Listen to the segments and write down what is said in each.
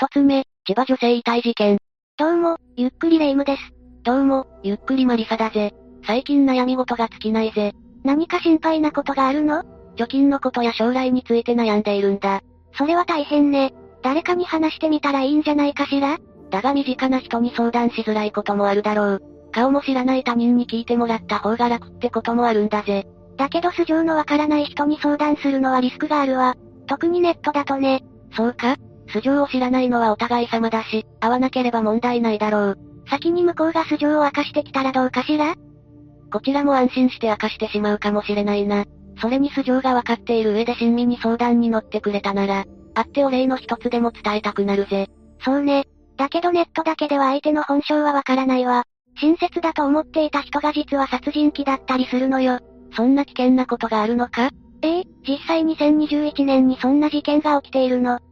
一つ目、千葉女性遺体事件。 どうも、ゆっくりレ夢ムです。 どうも、ゆっくりマリサだぜ。最近悩み事が尽きないぜ。 何か心配なことがあるの？ 貯金のことや将来について悩んでいるんだ。 それは大変ね。誰かに話してみたらいいんじゃないかしら？ だが身近な人に相談しづらいこともあるだろう。顔も知らない他人に聞いてもらった方が楽ってこともあるんだぜ。 だけど素性のわからない人に相談するのはリスクがあるわ。特にネットだとね。 そうか？素性を知らないのはお互い様だし、会わなければ問題ないだろう。 先に向こうが素性を明かしてきたらどうかしら？ こちらも安心して明かしてしまうかもしれないな。それに素性がわかっている上で親身に相談に乗ってくれたなら、会ってお礼の一つでも伝えたくなるぜ。 そうね。だけどネットだけでは相手の本性はわからないわ。親切だと思っていた人が実は殺人鬼だったりするのよ。 そんな危険なことがあるのか？ 実際2021年にそんな事件が起きているの。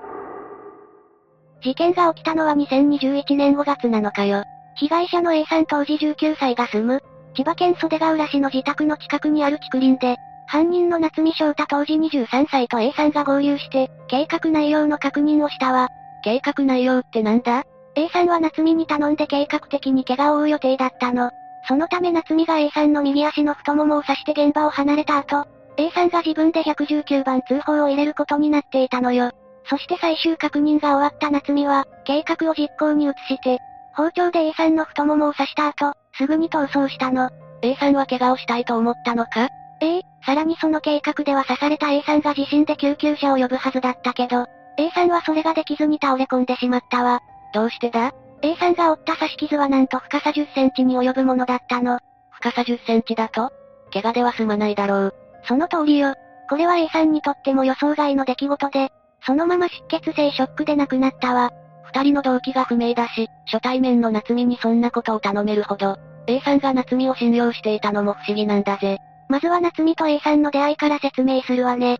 事件が起きたのは2021年5月7日よ。被害者の A さん当時19歳が住む、千葉県袖ヶ浦市の自宅の近くにある竹林で、犯人の夏見翔太当時23歳と A さんが合流して、計画内容の確認をしたわ。 計画内容ってなんだ？ A さんは夏見に頼んで計画的に怪我を負う予定だったの。そのため夏見が A さんの右足の太ももを刺して現場を離れた後、A さんが自分で119番通報を入れることになっていたのよ。そして最終確認が終わった夏見は、計画を実行に移して、包丁で A さんの太ももを刺した後、すぐに逃走したの。 A さんは怪我をしたいと思ったのか？ さらにその計画では刺された A さんが自身で救急車を呼ぶはずだったけど、A さんはそれができずに倒れ込んでしまったわ。 どうしてだ？ A さんが負った刺し傷はなんと深さ10センチに及ぶものだったの。 深さ10センチだと？怪我では済まないだろう。 その通りよ。これは A さんにとっても予想外の出来事で、そのまま出血性ショックで亡くなったわ。 二人の動機が不明だし、初対面の夏美にそんなことを頼めるほど、A さんが夏美を信用していたのも不思議なんだぜ。 まずは夏美と A さんの出会いから説明するわね。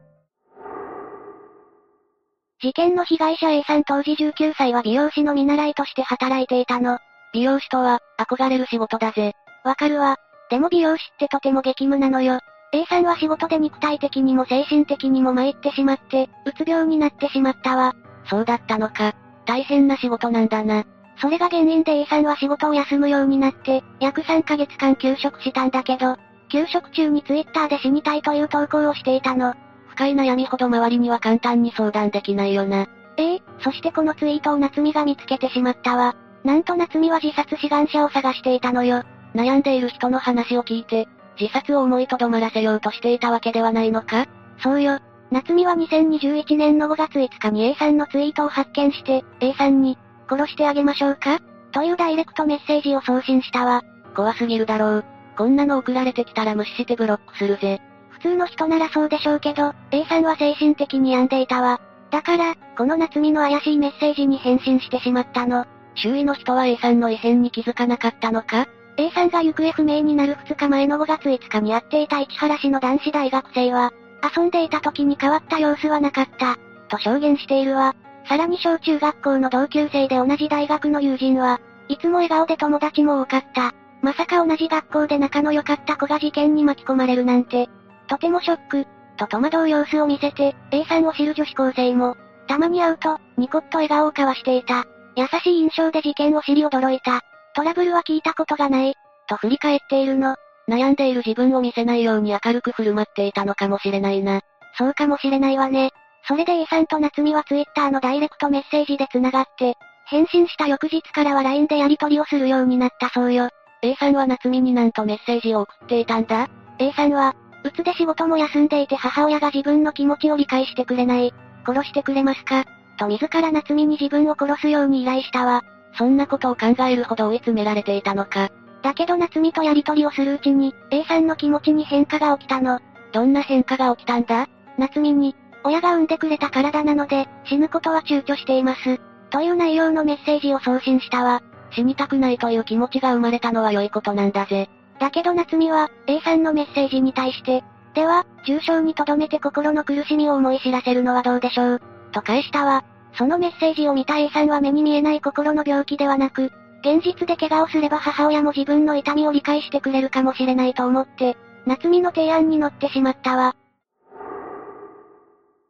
事件の被害者 A さん当時19歳は美容師の見習いとして働いていたの。 美容師とは、憧れる仕事だぜ。 わかるわ。でも美容師ってとても激務なのよ。A さんは仕事で肉体的にも精神的にも参ってしまって、うつ病になってしまったわ。 そうだったのか。大変な仕事なんだな。 それが原因で A さんは仕事を休むようになって、約3ヶ月間休職したんだけど、休職中に Twitter で死にたいという投稿をしていたの。 深い悩みほど周りには簡単に相談できないよな。 そしてこのツイートを夏美が見つけてしまったわ。なんと夏美は自殺志願者を探していたのよ。 悩んでいる人の話を聞いて、自殺を思いとどまらせようとしていたわけではないのか？ そうよ。夏美は2021年の5月5日に A さんのツイートを発見して、A さんに、殺してあげましょうか？というダイレクトメッセージを送信したわ。 怖すぎるだろう。こんなの送られてきたら無視してブロックするぜ。 普通の人ならそうでしょうけど、A さんは精神的に病んでいたわ。だから、この夏美の怪しいメッセージに返信してしまったの。 周囲の人は A さんの異変に気づかなかったのか？ A さんが行方不明になる2日前の5月5日に会っていた市原市の男子大学生は、遊んでいた時に変わった様子はなかった、と証言しているわ。さらに小中学校の同級生で同じ大学の友人は、いつも笑顔で友達も多かった。まさか同じ学校で仲の良かった子が事件に巻き込まれるなんて、とてもショック、と戸惑う様子を見せて、A さんを知る女子高生も、たまに会うと、ニコッと笑顔を交わしていた。優しい印象で事件を知り驚いた。トラブルは聞いたことがない、と振り返っているの。 悩んでいる自分を見せないように明るく振る舞っていたのかもしれないな。 そうかもしれないわね。それで A さんと夏美は Twitter のダイレクトメッセージで繋がって、返信した翌日からは LINE でやり取りをするようになったそうよ。 A さんは夏美になんとメッセージを送っていたんだ？ A さんは、うつで仕事も休んでいて母親が自分の気持ちを理解してくれない。殺してくれますか？と自ら夏美に自分を殺すように依頼したわ。 そんなことを考えるほど追い詰められていたのか。 だけど夏美とやり取りをするうちに、A さんの気持ちに変化が起きたの。 どんな変化が起きたんだ？ 夏美に、親が産んでくれた体なので、死ぬことは躊躇しています。という内容のメッセージを送信したわ。 死にたくないという気持ちが生まれたのは良いことなんだぜ。 だけど夏美は、A さんのメッセージに対して、では、重症に留めて心の苦しみを思い知らせるのはどうでしょう、と返したわ。そのメッセージを見た A さんは目に見えない心の病気ではなく、現実で怪我をすれば母親も自分の痛みを理解してくれるかもしれないと思って、夏美の提案に乗ってしまったわ。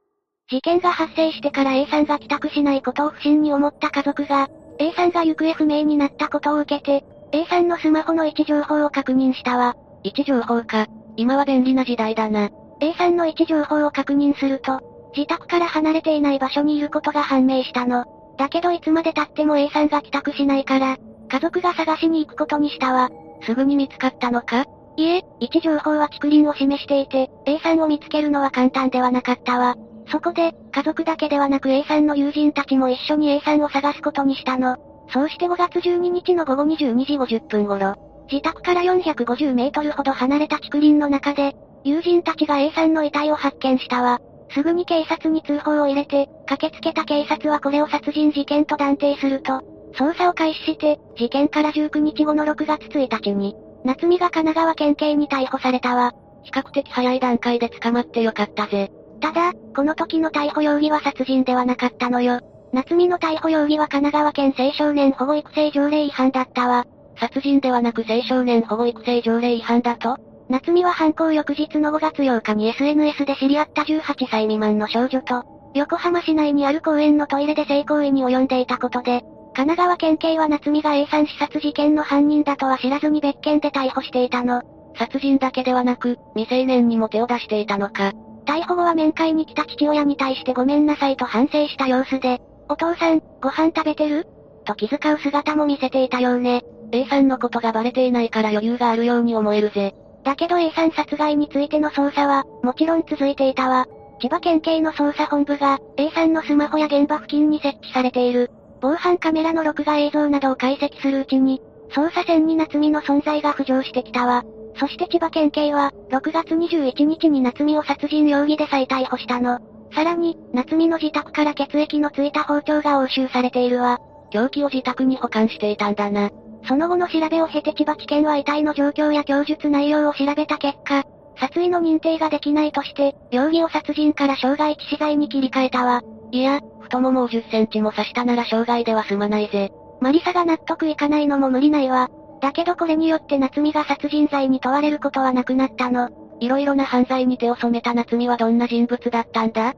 事件が発生してから A さんが帰宅しないことを不審に思った家族が、A さんが行方不明になったことを受けて、A さんのスマホの位置情報を確認したわ。 位置情報か。今は便利な時代だな。 A さんの位置情報を確認すると、自宅から離れていない場所にいることが判明したの。だけどいつまで経っても A さんが帰宅しないから、家族が探しに行くことにしたわ。 すぐに見つかったのか？ いえ、位置情報は竹林を示していて、A さんを見つけるのは簡単ではなかったわ。そこで、家族だけではなく A さんの友人たちも一緒に A さんを探すことにしたの。そうして5月12日の午後22時50分頃、自宅から450メートルほど離れた竹林の中で、友人たちが A さんの遺体を発見したわ。すぐに警察に通報を入れて、駆けつけた警察はこれを殺人事件と断定すると、捜査を開始して、事件から19日後の6月1日に、夏美が神奈川県警に逮捕されたわ。 比較的早い段階で捕まってよかったぜ。 ただ、この時の逮捕容疑は殺人ではなかったのよ。夏美の逮捕容疑は神奈川県青少年保護育成条例違反だったわ。 殺人ではなく青少年保護育成条例違反だと？ 夏美は犯行翌日の5月8日に SNS で知り合った18歳未満の少女と、横浜市内にある公園のトイレで性行為に及んでいたことで、神奈川県警は夏美が A さん刺殺事件の犯人だとは知らずに別件で逮捕していたの。 殺人だけではなく、未成年にも手を出していたのか。 逮捕後は面会に来た父親に対してごめんなさいと反省した様子で、お父さん、ご飯食べてる？と気遣う姿も見せていたようね。 A さんのことがバレていないから余裕があるように思えるぜ。 だけど A さん殺害についての捜査は、もちろん続いていたわ。千葉県警の捜査本部が、A さんのスマホや現場付近に設置されている、防犯カメラの録画映像などを解析するうちに、捜査線に夏美の存在が浮上してきたわ。そして千葉県警は、6月21日に夏美を殺人容疑で再逮捕したの。さらに、夏美の自宅から血液のついた包丁が押収されているわ。 凶器を自宅に保管していたんだな。 その後の調べを経て千葉地検は遺体の状況や供述内容を調べた結果、殺意の認定ができないとして、容疑を殺人から傷害致死罪に切り替えたわ。 いや、太ももを10センチも刺したなら傷害では済まないぜ。 マリサが納得いかないのも無理ないわ。だけどこれによって夏美が殺人罪に問われることはなくなったの。 いろいろな犯罪に手を染めた夏美はどんな人物だったんだ？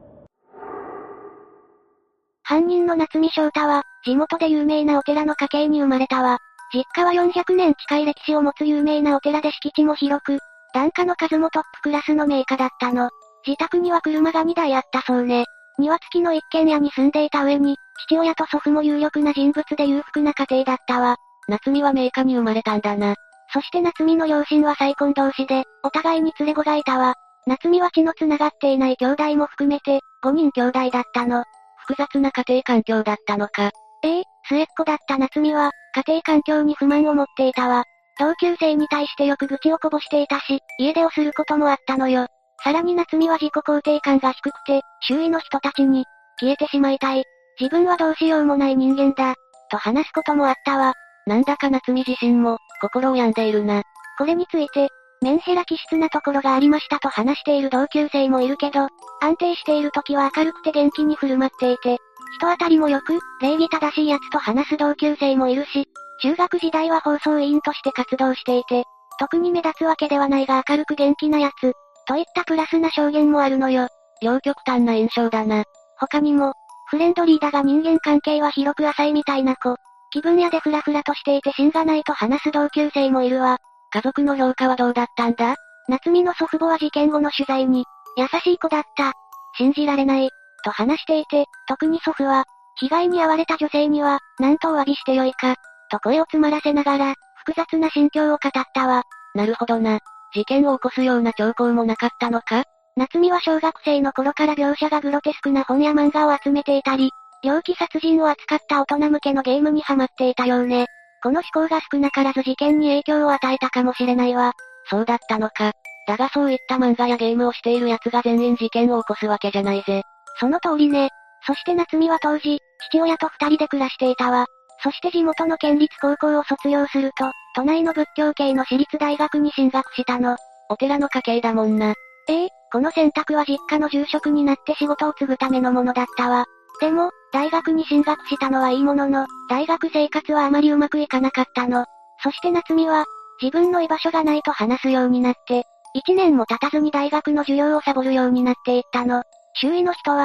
犯人の夏美翔太は、地元で有名なお寺の家系に生まれたわ。実家は400年近い歴史を持つ有名なお寺で敷地も広く、檀家の数もトップクラスの名家だったの。自宅には車が2台あったそうね。庭付きの一軒家に住んでいた上に、父親と祖父も有力な人物で裕福な家庭だったわ。 夏美は名家に生まれたんだな。 そして夏美の両親は再婚同士で、お互いに連れ子がいたわ。夏美は血の繋がっていない兄弟も含めて、5人兄弟だったの。 複雑な家庭環境だったのか。 末っ子だった夏美は、家庭環境に不満を持っていたわ。同級生に対してよく愚痴をこぼしていたし、家出をすることもあったのよ。さらに夏美は自己肯定感が低くて、周囲の人たちに、消えてしまいたい。自分はどうしようもない人間だ。と話すこともあったわ。 なんだか夏美自身も、心を病んでいるな。 これについて、メンヘラ気質なところがありましたと話している同級生もいるけど、安定している時は明るくて元気に振る舞っていて、人当たりも良く、礼儀正しい奴と話す同級生もいるし、中学時代は放送委員として活動していて、特に目立つわけではないが明るく元気な奴、といったプラスな証言もあるのよ。 両極端な印象だな。 他にも、フレンドリーだが人間関係は広く浅いみたいな子、気分屋でフラフラとしていて芯がないと話す同級生もいるわ。 家族の評価はどうだったんだ？ 夏美の祖父母は事件後の取材に、優しい子だった。信じられない。と話していて、特に祖父は、被害に遭われた女性には、何とお詫びしてよいか、と声を詰まらせながら、複雑な心境を語ったわ。 なるほどな。事件を起こすような兆候もなかったのか？ 夏美は小学生の頃から描写がグロテスクな本や漫画を集めていたり、猟奇殺人を扱った大人向けのゲームにハマっていたようね。この思考が少なからず事件に影響を与えたかもしれないわ。 そうだったのか。だがそういった漫画やゲームをしている奴が全員事件を起こすわけじゃないぜ。 その通りね。そして夏美は当時、父親と二人で暮らしていたわ。そして地元の県立高校を卒業すると、都内の仏教系の私立大学に進学したの。 お寺の家系だもんな。 この選択は実家の住職になって仕事を継ぐためのものだったわ。でも、大学に進学したのはいいものの、大学生活はあまりうまくいかなかったの。そして夏美は、自分の居場所がないと話すようになって、1年も経たずに大学の授業をサボるようになっていったの。周囲の人は、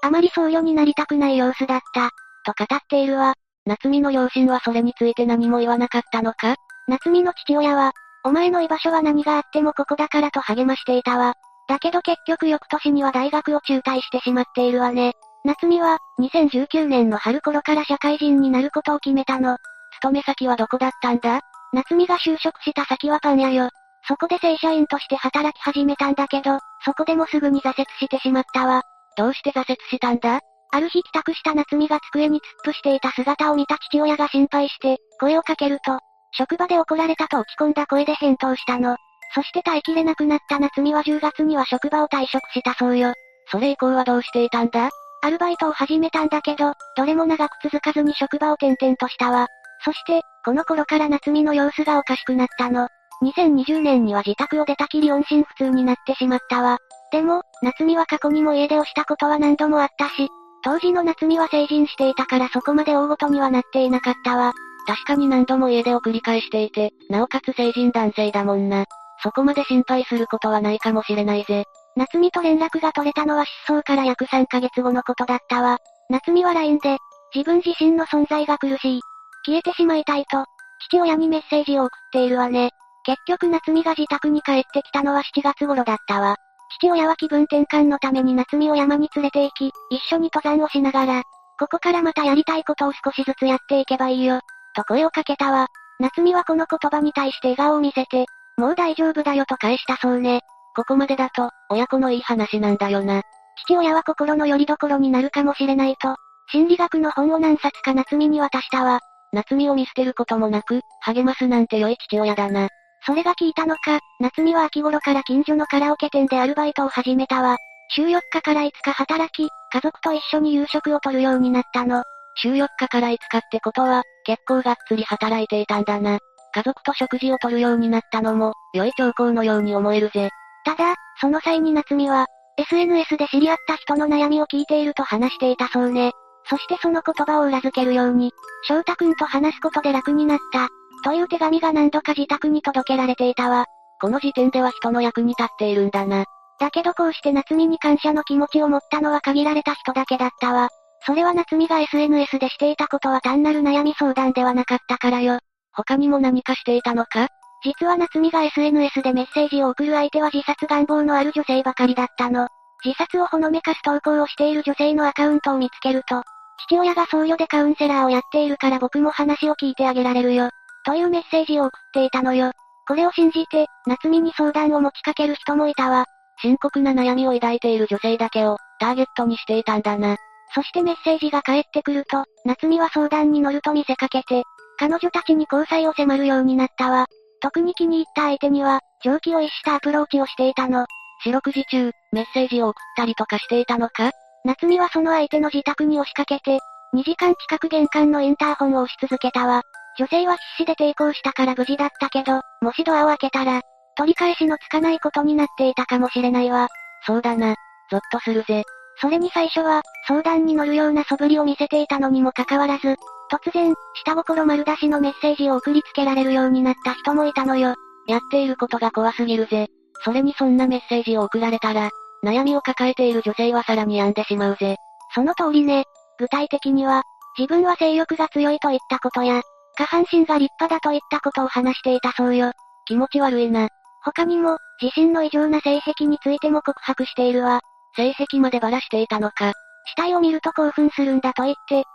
あまり僧侶になりたくない様子だった、と語っているわ。 夏美の両親はそれについて何も言わなかったのか？ 夏美の父親は、お前の居場所は何があってもここだからと励ましていたわ。だけど結局翌年には大学を中退してしまっているわね。夏美は、2019年の春頃から社会人になることを決めたの。 勤め先はどこだったんだ？ 夏美が就職した先はパン屋よ。そこで正社員として働き始めたんだけど、そこでもすぐに挫折してしまったわ。 どうして挫折したんだ？ ある日帰宅した夏美が机に突っ伏していた姿を見た父親が心配して、声をかけると、職場で怒られたと落ち込んだ声で返答したの。そして耐えきれなくなった夏美は10月には職場を退職したそうよ。 それ以降はどうしていたんだ？ アルバイトを始めたんだけど、どれも長く続かずに職場を転々としたわ。そして、この頃から夏美の様子がおかしくなったの。2020年には自宅を出たきり音信不通になってしまったわ。でも、夏美は過去にも家出をしたことは何度もあったし、当時の夏美は成人していたからそこまで大ごとにはなっていなかったわ。 確かに何度も家出を繰り返していて、なおかつ成人男性だもんな。そこまで心配することはないかもしれないぜ。 夏美と連絡が取れたのは失踪から約3ヶ月後のことだったわ。夏美は LINE で、自分自身の存在が苦しい。消えてしまいたいと、父親にメッセージを送っているわね。結局夏美が自宅に帰ってきたのは7月頃だったわ。父親は気分転換のために夏美を山に連れて行き、一緒に登山をしながら、ここからまたやりたいことを少しずつやっていけばいいよ、と声をかけたわ。夏美はこの言葉に対して笑顔を見せて、もう大丈夫だよと返したそうね。 ここまでだと、親子のいい話なんだよな。 父親は心の拠り所になるかもしれないと、心理学の本を何冊か夏美に渡したわ。 夏美を見捨てることもなく、励ますなんて良い父親だな。 それが効いたのか、夏美は秋頃から近所のカラオケ店でアルバイトを始めたわ。週4日から5日働き、家族と一緒に夕食をとるようになったの。 週4日から5日ってことは、結構がっつり働いていたんだな。家族と食事をとるようになったのも、良い兆候のように思えるぜ。 ただ、その際に夏美は、SNS で知り合った人の悩みを聞いていると話していたそうね。そしてその言葉を裏付けるように、翔太くんと話すことで楽になった、という手紙が何度か自宅に届けられていたわ。 この時点では人の役に立っているんだな。 だけどこうして夏美に感謝の気持ちを持ったのは限られた人だけだったわ。それは夏美が SNS でしていたことは単なる悩み相談ではなかったからよ。 他にも何かしていたのか？ 実は夏美が SNS でメッセージを送る相手は自殺願望のある女性ばかりだったの。自殺をほのめかす投稿をしている女性のアカウントを見つけると、父親が僧侶でカウンセラーをやっているから僕も話を聞いてあげられるよ。というメッセージを送っていたのよ。これを信じて、夏美に相談を持ちかける人もいたわ。 深刻な悩みを抱いている女性だけを、ターゲットにしていたんだな。 そしてメッセージが返ってくると、夏美は相談に乗ると見せかけて、彼女たちに交際を迫るようになったわ。特に気に入った相手には、常軌を逸したアプローチをしていたの。 四六時中、メッセージを送ったりとかしていたのか？ 夏美はその相手の自宅に押しかけて、2時間近く玄関のインターホンを押し続けたわ。女性は必死で抵抗したから無事だったけど、もしドアを開けたら、取り返しのつかないことになっていたかもしれないわ。 そうだな。ゾッとするぜ。 それに最初は、相談に乗るような素振りを見せていたのにもかかわらず、突然、下心丸出しのメッセージを送りつけられるようになった人もいたのよ。 やっていることが怖すぎるぜ。それにそんなメッセージを送られたら、悩みを抱えている女性はさらに病んでしまうぜ。 その通りね。具体的には、自分は性欲が強いといったことや、下半身が立派だといったことを話していたそうよ。 気持ち悪いな。 他にも、自身の異常な性癖についても告白しているわ。 性癖までばらしていたのか。 死体を見ると興奮するんだと言って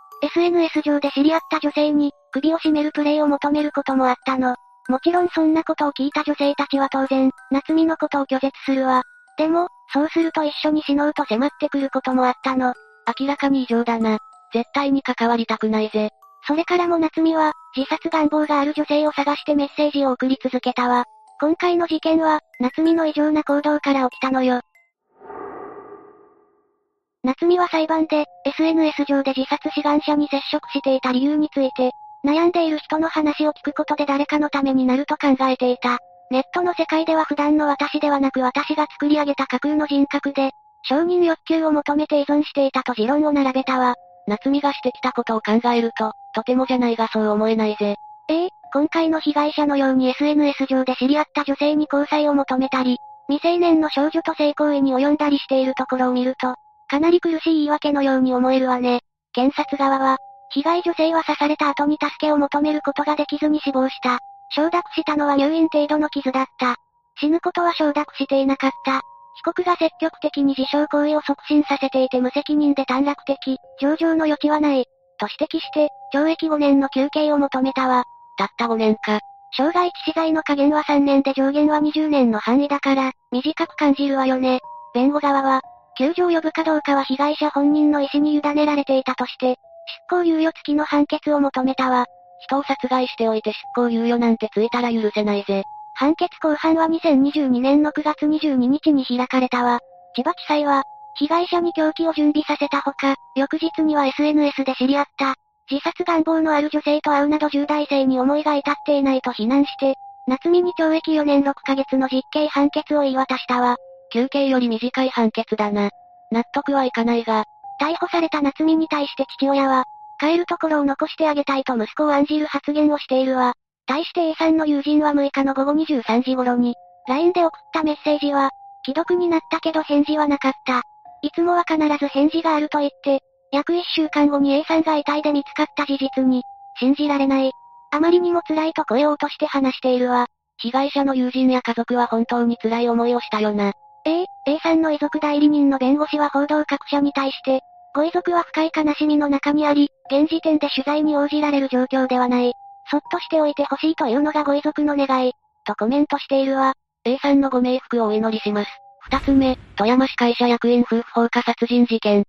、SNS 上で知り合った女性に、首を絞めるプレイを求めることもあったの。もちろんそんなことを聞いた女性たちは当然、夏美のことを拒絶するわ。でも、そうすると一緒に死のうと迫ってくることもあったの。 明らかに異常だな。絶対に関わりたくないぜ。 それからも夏美は、自殺願望がある女性を探してメッセージを送り続けたわ。今回の事件は、夏美の異常な行動から起きたのよ。夏美は裁判で、SNS 上で自殺志願者に接触していた理由について、悩んでいる人の話を聞くことで誰かのためになると考えていた。ネットの世界では普段の私ではなく私が作り上げた架空の人格で、承認欲求を求めて依存していたと持論を並べたわ。 夏美がしてきたことを考えると、とてもじゃないがそう思えないぜ。 今回の被害者のように SNS 上で知り合った女性に交際を求めたり、未成年の少女と性行為に及んだりしているところを見ると、 かなり苦しい言い訳のように思えるわね。検察側は、被害女性は刺された後に助けを求めることができずに死亡した。承諾したのは入院程度の傷だった。死ぬことは承諾していなかった。被告が積極的に自傷行為を促進させていて無責任で短絡的、情状の余地はない。と指摘して、懲役5年の求刑を求めたわ。 たった5年か。 傷害致死罪の下限は3年で上限は20年の範囲だから、短く感じるわよね。弁護側は、救助を呼ぶかどうかは被害者本人の意思に委ねられていたとして、執行猶予付きの判決を求めたわ。 人を殺害しておいて執行猶予なんてついたら許せないぜ。 判決公判は2022年の9月22日に開かれたわ。千葉地裁は、被害者に凶器を準備させたほか、翌日には SNS で知り合った、自殺願望のある女性と会うなど重大性に思いが至っていないと非難して、夏美に懲役4年6ヶ月の実刑判決を言い渡したわ。 求刑より短い判決だな。納得はいかないが、 逮捕された夏美に対して父親は、帰るところを残してあげたいと息子を案じる発言をしているわ。対して A さんの友人は6日の午後23時頃に、LINE で送ったメッセージは、既読になったけど返事はなかった。いつもは必ず返事があると言って、約1週間後に A さんが遺体で見つかった事実に、信じられない。あまりにも辛いと声を落として話しているわ。 被害者の友人や家族は本当に辛い思いをしたよな。 A さんの遺族代理人の弁護士は報道各社に対して、ご遺族は深い悲しみの中にあり、現時点で取材に応じられる状況ではない。そっとしておいてほしいというのがご遺族の願い、とコメントしているわ。 A さんのご冥福をお祈りします。二つ目、富山市会社役員夫婦放火殺人事件。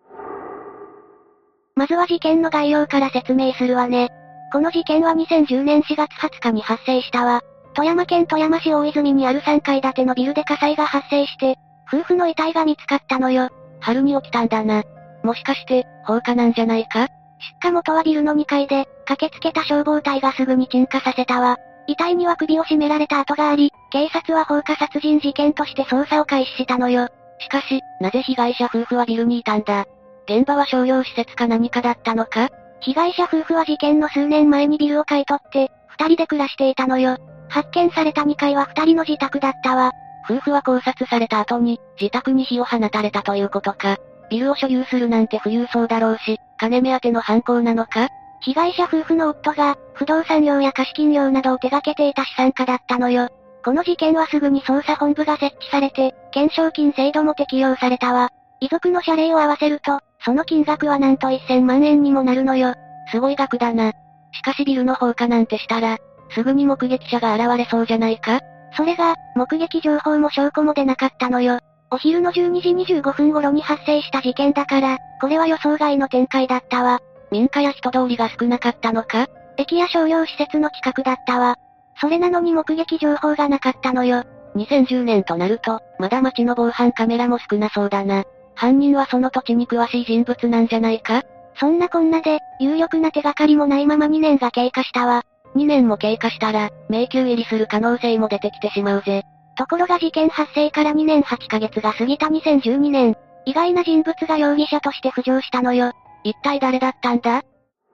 まずは事件の概要から説明するわね。この事件は2010年4月20日に発生したわ。富山県富山市大泉にある3階建てのビルで火災が発生して、夫婦の遺体が見つかったのよ。 春に起きたんだな。もしかして、放火なんじゃないか？ 出火元はビルの2階で、駆けつけた消防隊がすぐに鎮火させたわ。遺体には首を絞められた跡があり、警察は放火殺人事件として捜査を開始したのよ。 しかし、なぜ被害者夫婦はビルにいたんだ？現場は商業施設か何かだったのか？ 被害者夫婦は事件の数年前にビルを買い取って、二人で暮らしていたのよ。発見された2階は二人の自宅だったわ。 夫婦は考察された後に、自宅に火を放たれたということか。ビルを所有するなんて富裕層だろうし、金目当ての犯行なのか？ 被害者夫婦の夫が、不動産業や貸金業などを手掛けていた資産家だったのよ。この事件はすぐに捜査本部が設置されて、懸賞金制度も適用されたわ。遺族の謝礼を合わせると、その金額はなんと1000万円にもなるのよ。 すごい額だな。しかしビルの放火なんてしたら、すぐに目撃者が現れそうじゃないか？ それが、目撃情報も証拠も出なかったのよ。お昼の12時25分頃に発生した事件だから、これは予想外の展開だったわ。 民家や人通りが少なかったのか？ 駅や商業施設の近くだったわ。それなのに目撃情報がなかったのよ。 2010年となると、まだ街の防犯カメラも少なそうだな。犯人はその土地に詳しい人物なんじゃないか？ そんなこんなで、有力な手がかりもないまま2年が経過したわ。 2年も経過したら、迷宮入りする可能性も出てきてしまうぜ。 ところが事件発生から2年8ヶ月が過ぎた2012年、意外な人物が容疑者として浮上したのよ。 一体誰だったんだ？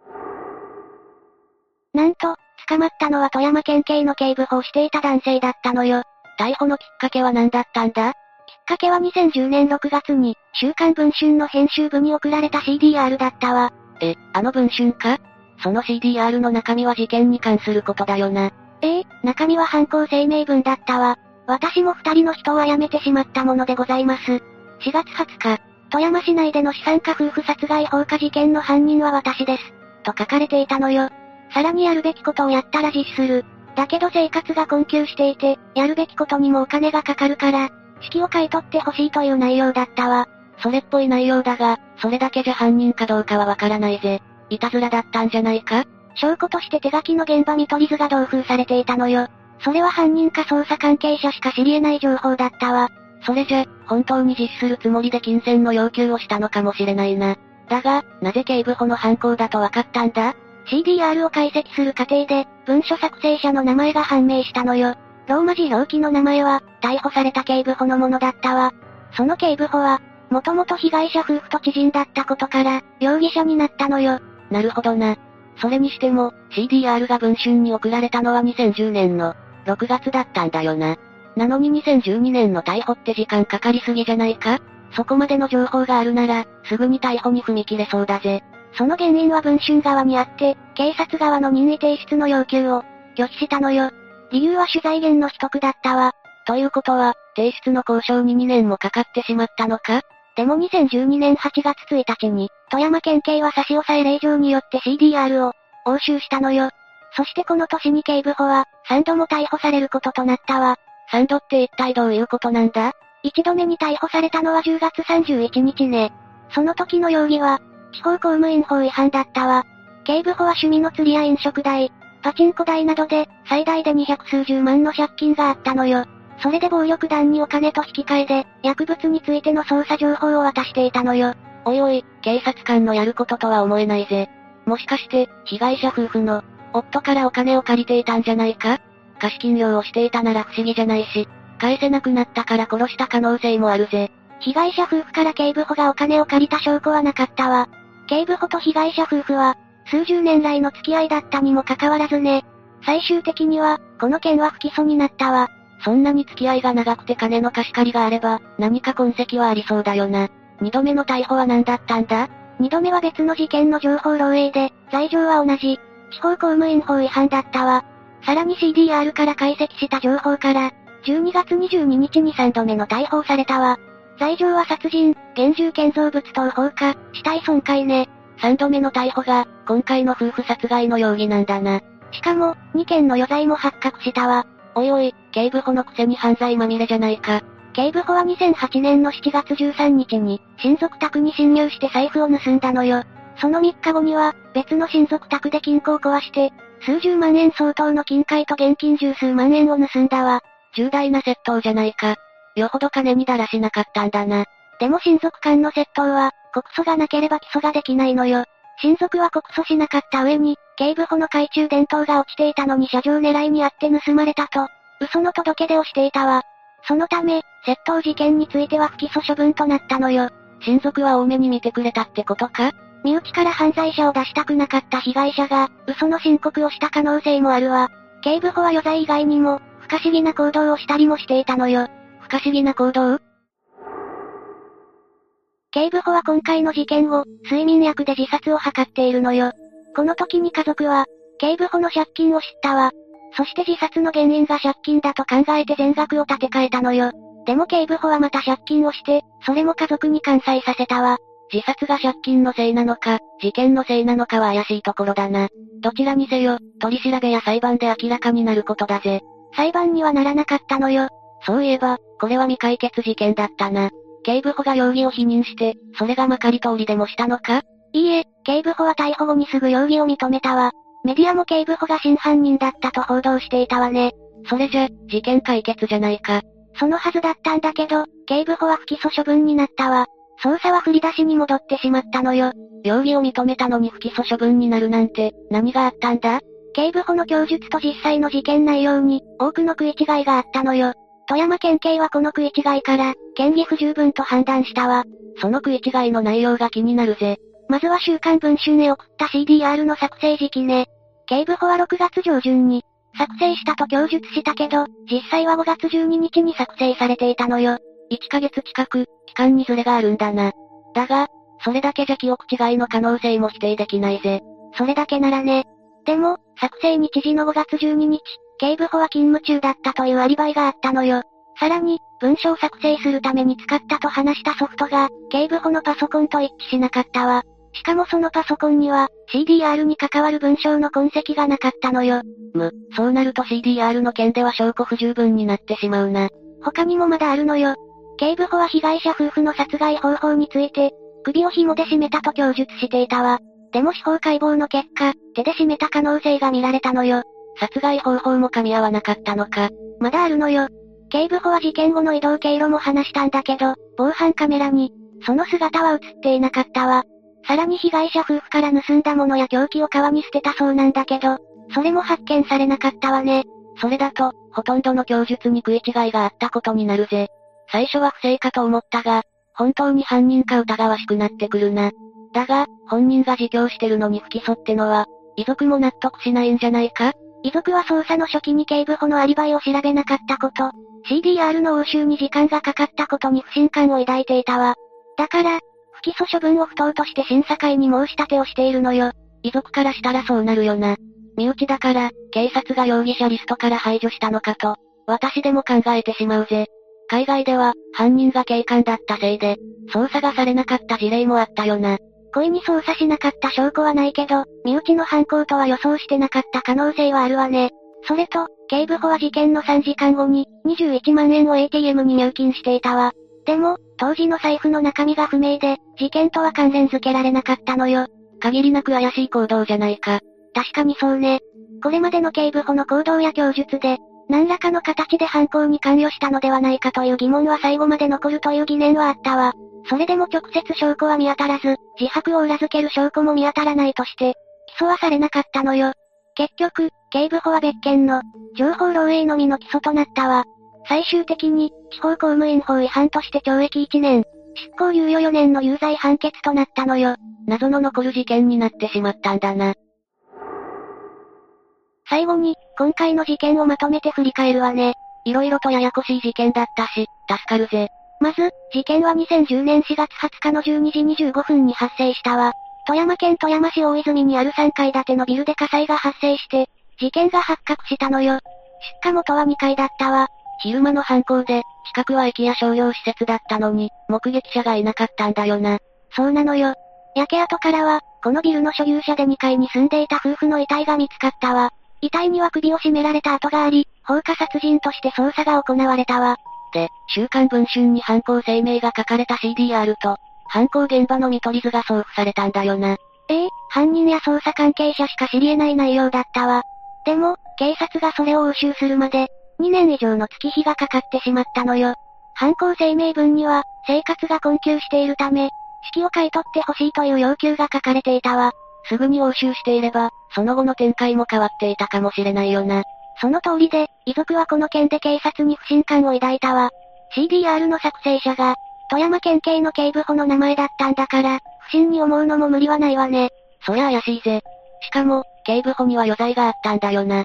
なんと、捕まったのは富山県警の警部補をしていた男性だったのよ。 逮捕のきっかけは何だったんだ？ きっかけは2010年6月に、週刊文春の編集部に送られた CDR だったわ。 あの文春か？その CDR の中身は事件に関することだよな。 中身は犯行声明文だったわ。私も2人の人を殺めてしまったものでございます。4月20日、富山市内での資産家夫婦殺害放火事件の犯人は私です。と書かれていたのよ。さらにやるべきことをやったら実施する。だけど生活が困窮していて、やるべきことにもお金がかかるから、式を買い取ってほしいという内容だったわ。 それっぽい内容だが、それだけじゃ犯人かどうかはわからないぜ。いたずらだったんじゃないか？ 証拠として手書きの現場見取り図が同封されていたのよ。それは犯人か捜査関係者しか知り得ない情報だったわ。 それじゃ、本当に実施するつもりで金銭の要求をしたのかもしれないな。だが、なぜ警部補の犯行だとわかったんだ？ CDR を解析する過程で、文書作成者の名前が判明したのよ。ローマ字表記の名前は、逮捕された警部補のものだったわ。その警部補は、もともと被害者夫婦と知人だったことから、容疑者になったのよ。 なるほどな。それにしても、CDR が文春に送られたのは2010年の6月だったんだよな。なのに2012年の逮捕って時間かかりすぎじゃないか？ そこまでの情報があるなら、すぐに逮捕に踏み切れそうだぜ。 その原因は文春側にあって、警察側の任意提出の要求を拒否したのよ。理由は取材源の秘匿だったわ。 ということは、提出の交渉に2年もかかってしまったのか？ でも2012年8月1日に、富山県警は差し押さえ令状によって CDR を押収したのよ。そしてこの年に警部補は、3度も逮捕されることとなったわ。 3度って一体どういうことなんだ ？1度目に逮捕されたのは10月31日ね。その時の容疑は、地方公務員法違反だったわ。警部補は趣味の釣りや飲食代、パチンコ代などで、最大で200数十万の借金があったのよ。それで暴力団にお金と引き換えで、薬物についての捜査情報を渡していたのよ。 おいおい、警察官のやることとは思えないぜ。もしかして、被害者夫婦の、夫からお金を借りていたんじゃないか？貸金業をしていたなら不思議じゃないし、返せなくなったから殺した可能性もあるぜ。 被害者夫婦から警部補がお金を借りた証拠はなかったわ。警部補と被害者夫婦は、数十年来の付き合いだったにもかかわらずね。最終的には、この件は不起訴になったわ。 そんなに付き合いが長くて金の貸し借りがあれば、何か痕跡はありそうだよな。二度目の逮捕は何だったんだ？ 二度目は別の事件の情報漏洩で、罪状は同じ。地方公務員法違反だったわ。さらに CDR から解析した情報から、12月22日に3度目の逮捕されたわ。罪状は殺人、現住建造物等放火、死体損壊ね。 3度目の逮捕が、今回の夫婦殺害の容疑なんだな。 しかも、2件の余罪も発覚したわ。 おいおい、警部補のくせに犯罪まみれじゃないか。 警部補は2008年の7月13日に、親族宅に侵入して財布を盗んだのよ。その3日後には、別の親族宅で金庫を壊して、数十万円相当の金塊と現金十数万円を盗んだわ。 重大な窃盗じゃないか。よほど金にだらしなかったんだな。 でも親族間の窃盗は、告訴がなければ起訴ができないのよ。親族は告訴しなかった上に、警部補の懐中電灯が落ちていたのに車上狙いにあって盗まれたと、嘘の届け出をしていたわ。そのため、窃盗事件については不起訴処分となったのよ。 親族は多めに見てくれたってことか？ 身内から犯罪者を出したくなかった被害者が、嘘の申告をした可能性もあるわ。警部補は余罪以外にも、不可思議な行動をしたりもしていたのよ。 不可思議な行動？ 警部補は今回の事件後、睡眠薬で自殺を図っているのよ。この時に家族は、警部補の借金を知ったわ。そして自殺の原因が借金だと考えて全額を立て替えたのよ。でも警部補はまた借金をして、それも家族に完済させたわ。 自殺が借金のせいなのか、事件のせいなのかは怪しいところだな。どちらにせよ、取り調べや裁判で明らかになることだぜ。 裁判にはならなかったのよ。 そういえば、これは未解決事件だったな。警部補が容疑を否認して、それがまかり通りでもしたのか？ いいえ、警部補は逮捕後にすぐ容疑を認めたわ。メディアも警部補が真犯人だったと報道していたわね。 それじゃ、事件解決じゃないか。 そのはずだったんだけど、警部補は不起訴処分になったわ。捜査は振り出しに戻ってしまったのよ。 容疑を認めたのに不起訴処分になるなんて、何があったんだ？ 警部補の供述と実際の事件内容に、多くの食い違いがあったのよ。富山県警はこの食い違いから、嫌疑不十分と判断したわ。 その食い違いの内容が気になるぜ。 まずは週刊文春へ送った CDR の作成時期ね。警部補は6月上旬に、作成したと供述したけど、実際は5月12日に作成されていたのよ。 1ヶ月近く、期間にズレがあるんだな。だが、それだけじゃ記憶違いの可能性も否定できないぜ。 それだけならね。でも、作成日時の5月12日、警部補は勤務中だったというアリバイがあったのよ。さらに、文書を作成するために使ったと話したソフトが、警部補のパソコンと一致しなかったわ。しかもそのパソコンには、CDR に関わる文章の痕跡がなかったのよ。 そうなると CDR の件では証拠不十分になってしまうな。 他にもまだあるのよ。警部補は被害者夫婦の殺害方法について、首を紐で絞めたと供述していたわ。でも司法解剖の結果、手で絞めた可能性が見られたのよ。 殺害方法も噛み合わなかったのか。 まだあるのよ。警部補は事件後の移動経路も話したんだけど、防犯カメラに、その姿は映っていなかったわ。さらに被害者夫婦から盗んだものや凶器を川に捨てたそうなんだけど、それも発見されなかったわね。 それだと、ほとんどの供述に食い違いがあったことになるぜ。最初は不正かと思ったが、本当に犯人か疑わしくなってくるな。だが、本人が自供してるのに不起訴ってのは、遺族も納得しないんじゃないか？ 遺族は捜査の初期に警部補のアリバイを調べなかったこと、 CDR の押収に時間がかかったことに不信感を抱いていたわ。だから、不起訴処分を不当として審査会に申し立てをしているのよ。 遺族からしたらそうなるよな。身内だから、警察が容疑者リストから排除したのかと、私でも考えてしまうぜ。海外では、犯人が警官だったせいで、捜査がされなかった事例もあったよな。 故意に捜査しなかった証拠はないけど、身内の犯行とは予想してなかった可能性はあるわね。それと、警部補は事件の3時間後に、21万円を ATM に入金していたわ。でも、当時の財布の中身が不明で、事件とは関連付けられなかったのよ。 限りなく怪しい行動じゃないか。 確かにそうね。これまでの警部補の行動や供述で、何らかの形で犯行に関与したのではないかという疑問は最後まで残るという疑念はあったわ。それでも直接証拠は見当たらず、自白を裏付ける証拠も見当たらないとして、起訴はされなかったのよ。結局、警部補は別件の、情報漏洩のみの起訴となったわ。最終的に、地方公務員法違反として懲役1年、執行猶予4年の有罪判決となったのよ。 謎の残る事件になってしまったんだな。 最後に、今回の事件をまとめて振り返るわね。 色々とややこしい事件だったし、助かるぜ。 まず、事件は2010年4月20日の12時25分に発生したわ。富山県富山市大泉にある3階建てのビルで火災が発生して、事件が発覚したのよ。出火元は2階だったわ。 昼間の犯行で、近くは駅や商業施設だったのに、目撃者がいなかったんだよな。 そうなのよ。焼け跡からは、このビルの所有者で2階に住んでいた夫婦の遺体が見つかったわ。遺体には首を絞められた跡があり、放火殺人として捜査が行われたわ。 で、週刊文春に犯行声明が書かれた CDR と、犯行現場の見取り図が送付されたんだよな。 犯人や捜査関係者しか知り得ない内容だったわ。でも、警察がそれを押収するまで、2年以上の月日がかかってしまったのよ。犯行声明文には、生活が困窮しているため、式を買い取ってほしいという要求が書かれていたわ。 すぐに押収していれば、その後の展開も変わっていたかもしれないよな。 その通りで、遺族はこの件で警察に不信感を抱いたわ。CDR の作成者が、富山県警の警部補の名前だったんだから、不審に思うのも無理はないわね。 そりゃ怪しいぜ。しかも、警部補には余罪があったんだよな。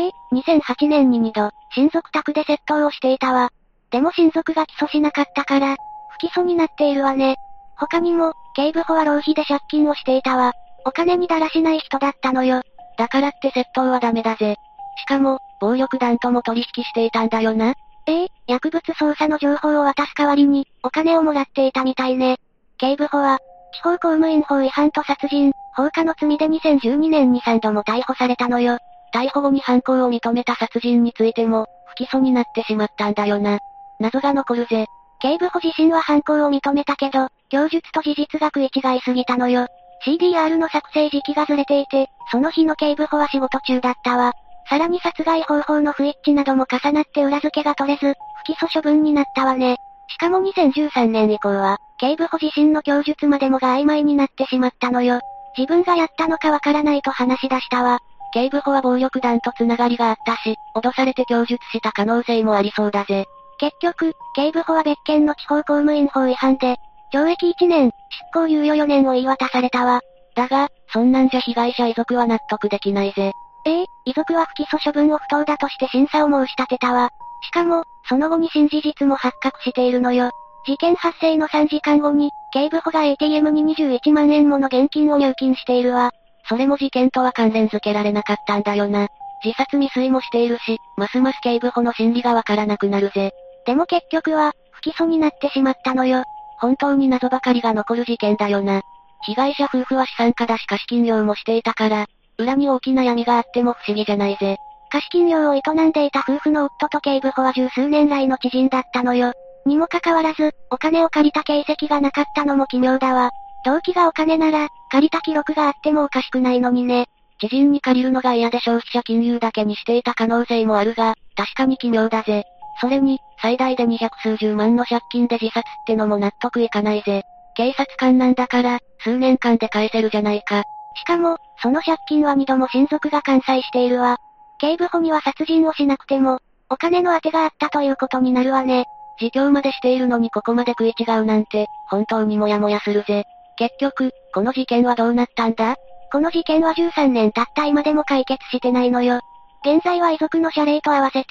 2008年に2度、親族宅で窃盗をしていたわ。でも親族が起訴しなかったから、不起訴になっているわね。他にも、警部補は浪費で借金をしていたわ。お金にだらしない人だったのよ。 だからって窃盗はダメだぜ。しかも、暴力団とも取引していたんだよな。 薬物捜査の情報を渡す代わりに、お金をもらっていたみたいね。警部補は、地方公務員法違反と殺人、放火の罪で2012年に3度も逮捕されたのよ。 逮捕後に犯行を認めた殺人についても、不起訴になってしまったんだよな。謎が残るぜ。 警部補自身は犯行を認めたけど、供述と事実が食い違いすぎたのよ。CDR の作成時期がずれていて、その日の警部補は仕事中だったわ。さらに殺害方法の不一致なども重なって裏付けが取れず、不起訴処分になったわね。しかも2013年以降は、警部補自身の供述までもが曖昧になってしまったのよ。自分がやったのかわからないと話し出したわ。 警部補は暴力団とつながりがあったし、脅されて供述した可能性もありそうだぜ。 結局、警部補は別件の地方公務員法違反で、懲役1年、執行猶予4年を言い渡されたわ。 だが、そんなんじゃ被害者遺族は納得できないぜ。 遺族は不起訴処分を不当だとして審査を申し立てたわ。しかも、その後に新事実も発覚しているのよ。事件発生の3時間後に、警部補が ATM に21万円もの現金を入金しているわ。 それも事件とは関連付けられなかったんだよな。自殺未遂もしているし、ますます警部補の心理がわからなくなるぜ。 でも結局は、不起訴になってしまったのよ。 本当に謎ばかりが残る事件だよな。被害者夫婦は資産家だし貸金業もしていたから、裏に大きな闇があっても不思議じゃないぜ。 貸金業を営んでいた夫婦の夫と警部補は十数年来の知人だったのよ。にもかかわらず、お金を借りた形跡がなかったのも奇妙だわ。動機がお金なら、借りた記録があってもおかしくないのにね。 知人に借りるのが嫌で消費者金融だけにしていた可能性もあるが、確かに奇妙だぜ。それに、最大で200数十万の借金で自殺ってのも納得いかないぜ。警察官なんだから、数年間で返せるじゃないか。 しかも、その借金は2度も親族が完済しているわ。警部補には殺人をしなくても、お金の当てがあったということになるわね。 自供までしているのにここまで食い違うなんて、本当にモヤモヤするぜ。結局、この事件はどうなったんだ？ この事件は13年経った今でも解決してないのよ。現在は遺族の謝礼と合わせて、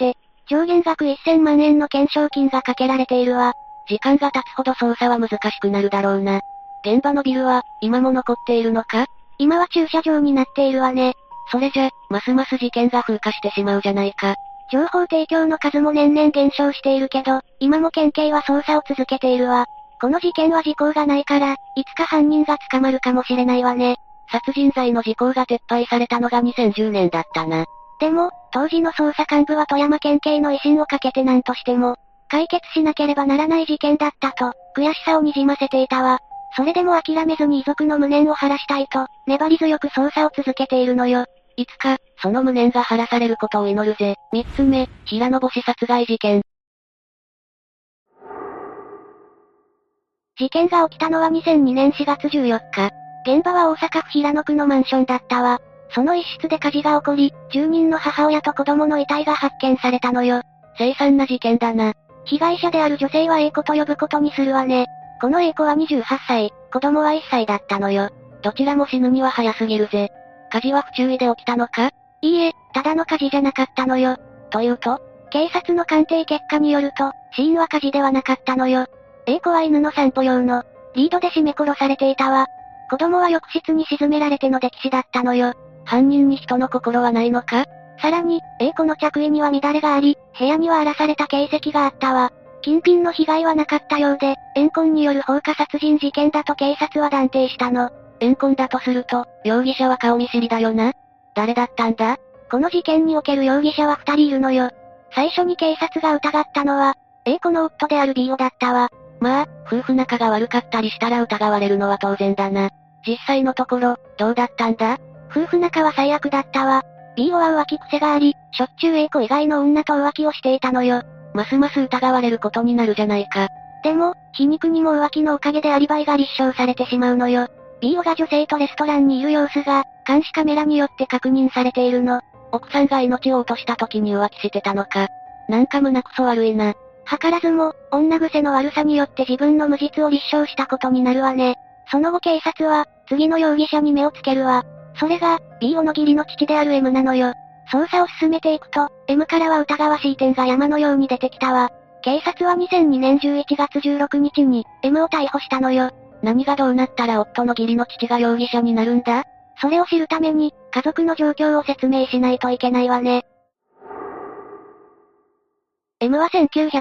上限額1000万円の懸賞金がかけられているわ。 時間が経つほど捜査は難しくなるだろうな。現場のビルは、今も残っているのか？ 今は駐車場になっているわね。 それじゃ、ますます事件が風化してしまうじゃないか。 情報提供の数も年々減少しているけど、今も県警は捜査を続けているわ。この事件は時効がないから、いつか犯人が捕まるかもしれないわね。 殺人罪の時効が撤廃されたのが2010年だったな。 でも、当時の捜査幹部は富山県警の威信をかけて何としても、解決しなければならない事件だったと、悔しさをにじませていたわ。それでも諦めずに遺族の無念を晴らしたいと、粘り強く捜査を続けているのよ。 いつか、その無念が晴らされることを祈るぜ。3つ目、平野星殺害事件。 事件が起きたのは2002年4月14日。現場は大阪府平野区のマンションだったわ。その一室で火事が起こり、住人の母親と子供の遺体が発見されたのよ。 凄惨な事件だな。 被害者である女性は A 子と呼ぶことにするわね。この A 子は28歳、子供は1歳だったのよ。 どちらも死ぬには早すぎるぜ。火事は不注意で起きたのか？ いいえ、ただの火事じゃなかったのよ。 というと？ 警察の鑑定結果によると、死因は火事ではなかったのよ。A 子は犬の散歩用の、リードで絞め殺されていたわ。子供は浴室に沈められての溺死だったのよ。 犯人に人の心はないのか？ さらに、A 子の着衣には乱れがあり、部屋には荒らされた形跡があったわ。金品の被害はなかったようで、怨恨による放火殺人事件だと警察は断定したの。 怨恨だとすると、容疑者は顔見知りだよな。誰だったんだ？ この事件における容疑者は2人いるのよ。最初に警察が疑ったのは、A 子の夫である B 子だったわ。 まあ、夫婦仲が悪かったりしたら疑われるのは当然だな。実際のところ、どうだったんだ？ 夫婦仲は最悪だったわ。B 子は浮気癖があり、しょっちゅう A 子以外の女と浮気をしていたのよ。 ますます疑われることになるじゃないか。 でも、皮肉にも浮気のおかげでアリバイが立証されてしまうのよ。B 子が女性とレストランにいる様子が、監視カメラによって確認されているの。 奥さんが命を落とした時に浮気してたのか。なんか胸くそ悪いな。 図らずも、女癖の悪さによって自分の無実を立証したことになるわね。その後警察は、次の容疑者に目をつけるわ。それが、B 子の義理の父である M なのよ。捜査を進めていくと、M からは疑わしい点が山のように出てきたわ。警察は2002年11月16日に、M を逮捕したのよ。 何がどうなったら夫の義理の父が容疑者になるんだ？ それを知るために、家族の状況を説明しないといけないわね。M は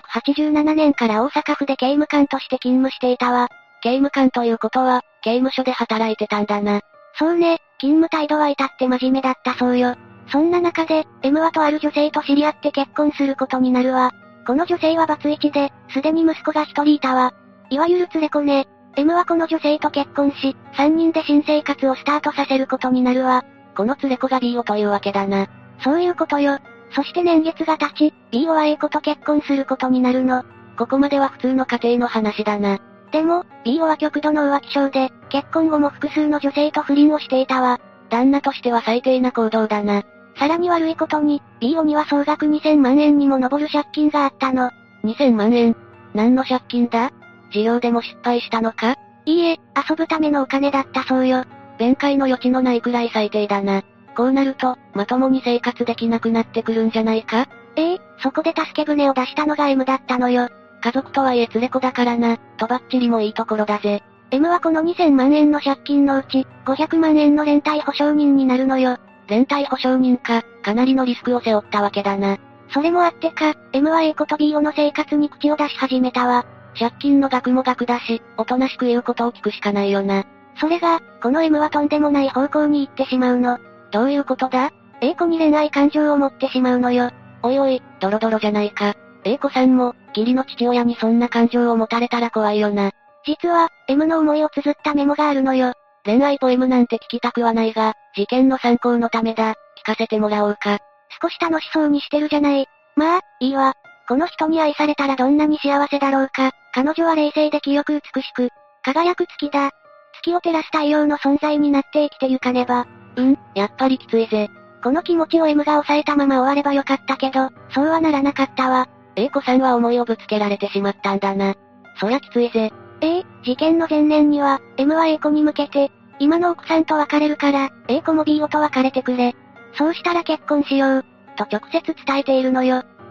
1987年から大阪府で刑務官として勤務していたわ。 刑務官ということは、刑務所で働いてたんだな。 そうね、勤務態度は至って真面目だったそうよ。そんな中で、M はとある女性と知り合って結婚することになるわ。この女性はバツイチで、すでに息子が一人いたわ。いわゆる連れ子ね。M はこの女性と結婚し、3人で新生活をスタートさせることになるわ。 この連れ子が B 子というわけだな。 そういうことよ。そして年月が経ち、B 子は A 子と結婚することになるの。 ここまでは普通の家庭の話だな。 でも、B 子は極度の浮気症で、結婚後も複数の女性と不倫をしていたわ。 旦那としては最低な行動だな。 さらに悪いことに、B 子には総額2000万円にも上る借金があったの。 2000万円？何の借金だ？事業でも失敗したのか？ いいえ、遊ぶためのお金だったそうよ。 弁解の余地のないくらい最低だな。こうなると、まともに生活できなくなってくるんじゃないか？ そこで助け舟を出したのが M だったのよ。 家族とはいえ連れ子だからな、とばっちりもいいところだぜ。 M はこの2000万円の借金のうち、500万円の連帯保証人になるのよ。 連帯保証人か、かなりのリスクを背負ったわけだな。 それもあってか、M は A 子と B 子の生活に口を出し始めたわ。 借金の額も額だし、おとなしく言うことを聞くしかないよな。 それが、この M はとんでもない方向に行ってしまうの。 どういうことだ？ A 子に恋愛感情を持ってしまうのよ。 おいおい、ドロドロじゃないか。A 子さんも、義理の父親にそんな感情を持たれたら怖いよな。 実は、M の思いを綴ったメモがあるのよ。 恋愛ポエムなんて聞きたくはないが、事件の参考のためだ、聞かせてもらおうか。 少し楽しそうにしてるじゃない。まあ、いいわ。この人に愛されたらどんなに幸せだろうか。彼女は冷静で清く美しく、輝く月だ。月を照らす太陽の存在になって生きてゆかねば。 やっぱりきついぜ。 この気持ちを M が抑えたまま終わればよかったけど、そうはならなかったわ。 A 子さんは思いをぶつけられてしまったんだな。そりゃきついぜ。 事件の前年には、M は A 子に向けて、今の奥さんと別れるから、A 子も B 子と別れてくれ。そうしたら結婚しよう、と直接伝えているのよ。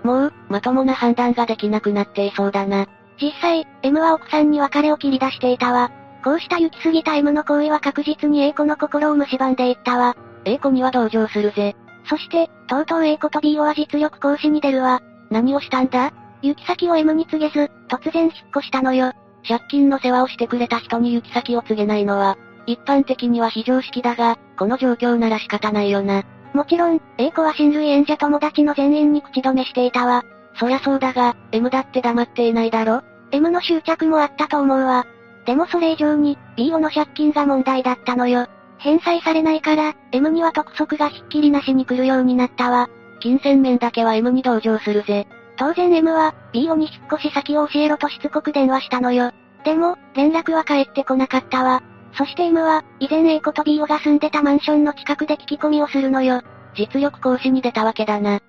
もう、まともな判断ができなくなっていそうだな。 実際、M は奥さんに別れを切り出していたわ。こうした行き過ぎた M の行為は確実に A 子の心を蝕んでいったわ。 A 子には同情するぜ。 そして、とうとう A 子と B は実力行使に出るわ。 何をしたんだ？ 行き先を M に告げず、突然引っ越したのよ。 借金の世話をしてくれた人に行き先を告げないのは、一般的には非常識だが、この状況なら仕方ないよな。 もちろん、A 子は親類縁者友達の全員に口止めしていたわ。 そりゃそうだが、M だって黙っていないだろ？ M の執着もあったと思うわ。でもそれ以上に、B の借金が問題だったのよ。返済されないから、M には督促がひっきりなしに来るようになったわ。 金銭面だけは M に同情するぜ。 当然 M は、B に引っ越し先を教えろとしつこく電話したのよ。でも、連絡は返ってこなかったわ。そして M は、以前 A 子と B が住んでたマンションの近くで聞き込みをするのよ。 実力行使に出たわけだな。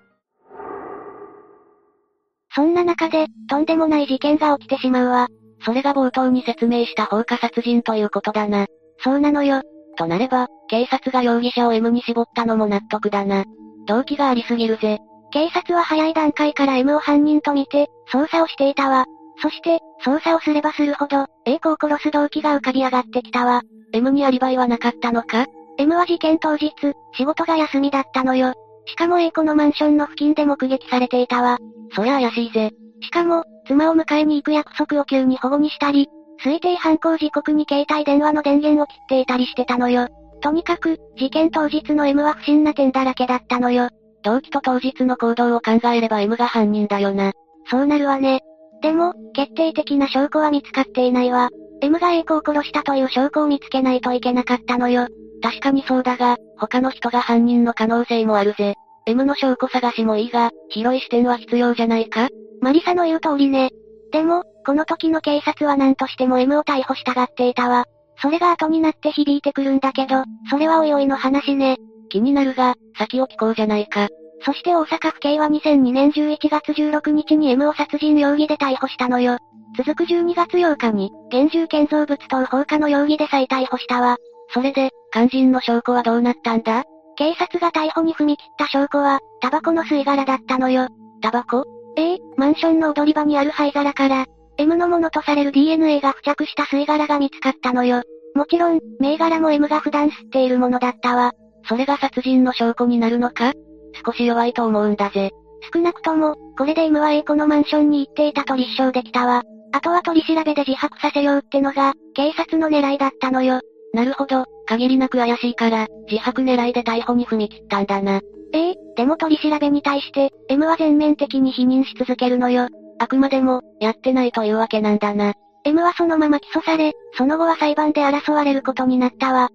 そんな中で、とんでもない事件が起きてしまうわ。 それが冒頭に説明した放火殺人ということだな。 そうなのよ。 となれば、警察が容疑者を M に絞ったのも納得だな。動機がありすぎるぜ。 警察は早い段階から M を犯人と見て、捜査をしていたわ。そして、捜査をすればするほど、A 子を殺す動機が浮かび上がってきたわ。 M にアリバイはなかったのか？ M は事件当日、仕事が休みだったのよ。しかも A 子のマンションの付近で目撃されていたわ。 そりゃ怪しいぜ。 しかも、妻を迎えに行く約束を急に保護にしたり、推定犯行時刻に携帯電話の電源を切っていたりしてたのよ。とにかく、事件当日の M は不審な点だらけだったのよ。 動機と当日の行動を考えれば M が犯人だよな。 そうなるわね。でも、決定的な証拠は見つかっていないわ。M が A 子を殺したという証拠を見つけないといけなかったのよ。 確かにそうだが、他の人が犯人の可能性もあるぜ。M の証拠探しもいいが、広い視点は必要じゃないか？ マリサの言う通りね。でも、この時の警察は何としても M を逮捕したがっていたわ。それが後になって響いてくるんだけど、それはおいおいの話ね。 気になるが、先を聞こうじゃないか。 そして大阪府警は2002年11月16日に M を殺人容疑で逮捕したのよ。続く12月8日に、現住建造物等放火の容疑で再逮捕したわ。 それで、肝心の証拠はどうなったんだ？ 警察が逮捕に踏み切った証拠は、タバコの吸い殻だったのよ。 タバコ？ マンションの踊り場にある灰皿から、M のものとされる DNA が付着した吸い殻が見つかったのよ。もちろん、銘柄も M が普段吸っているものだったわ。 それが殺人の証拠になるのか？少し弱いと思うんだぜ。 少なくとも、これで M は A 子のマンションに行っていたと立証できたわ。あとは取り調べで自白させようってのが、警察の狙いだったのよ。 なるほど、限りなく怪しいから、自白狙いで逮捕に踏み切ったんだな。 でも取り調べに対して、M は全面的に否認し続けるのよ。 あくまでも、やってないというわけなんだな。 M はそのまま起訴され、その後は裁判で争われることになったわ。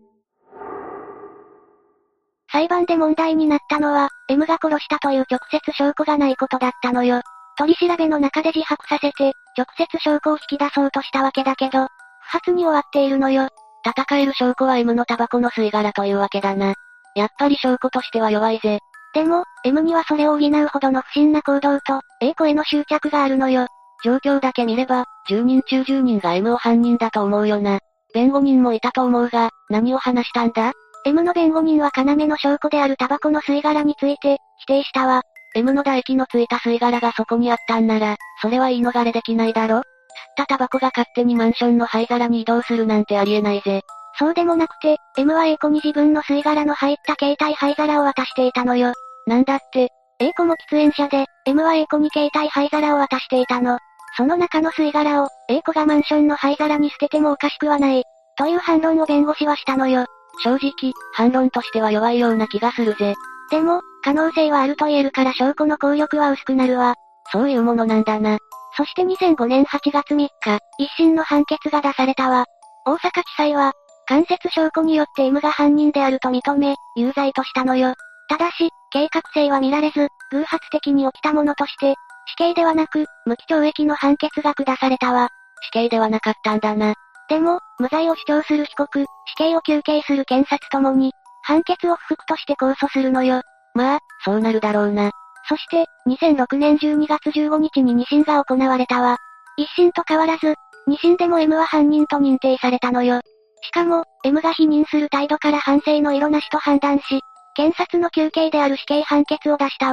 裁判で問題になったのは、M が殺したという直接証拠がないことだったのよ。取り調べの中で自白させて、直接証拠を引き出そうとしたわけだけど、不発に終わっているのよ。 戦える証拠は M のタバコの吸い殻というわけだな。やっぱり証拠としては弱いぜ。 でも、M にはそれを補うほどの不審な行動と、A 子への執着があるのよ。 状況だけ見れば、10人中10人が M を犯人だと思うよな。弁護人もいたと思うが、何を話したんだ？ M の弁護人は要の証拠であるタバコの吸い殻について、否定したわ。 M の唾液のついた吸い殻がそこにあったんなら、それは言い逃れできないだろ？吸ったタバコが勝手にマンションの灰皿に移動するなんてありえないぜ。 そうでもなくて、M は A 子に自分の吸い殻の入った携帯灰皿を渡していたのよ。 なんだって？ A 子も喫煙者で、M は A 子に携帯灰皿を渡していたの。その中の吸い殻を、A 子がマンションの灰皿に捨ててもおかしくはない。という反論を弁護士はしたのよ。 正直、反論としては弱いような気がするぜ。 でも、可能性はあると言えるから証拠の効力は薄くなるわ。 そういうものなんだな。 そして2005年8月3日、一審の判決が出されたわ。大阪地裁は、間接証拠によって M が犯人であると認め、有罪としたのよ。ただし、計画性は見られず、偶発的に起きたものとして、死刑ではなく、無期懲役の判決が下されたわ。 死刑ではなかったんだな。 でも、無罪を主張する被告、死刑を求刑する検察ともに、判決を不服として控訴するのよ。 まあ、そうなるだろうな。 そして、2006年12月15日に二審が行われたわ。一審と変わらず、二審でも M は犯人と認定されたのよ。しかも、M が否認する態度から反省の色なしと判断し、検察の求刑である死刑判決を出したわ。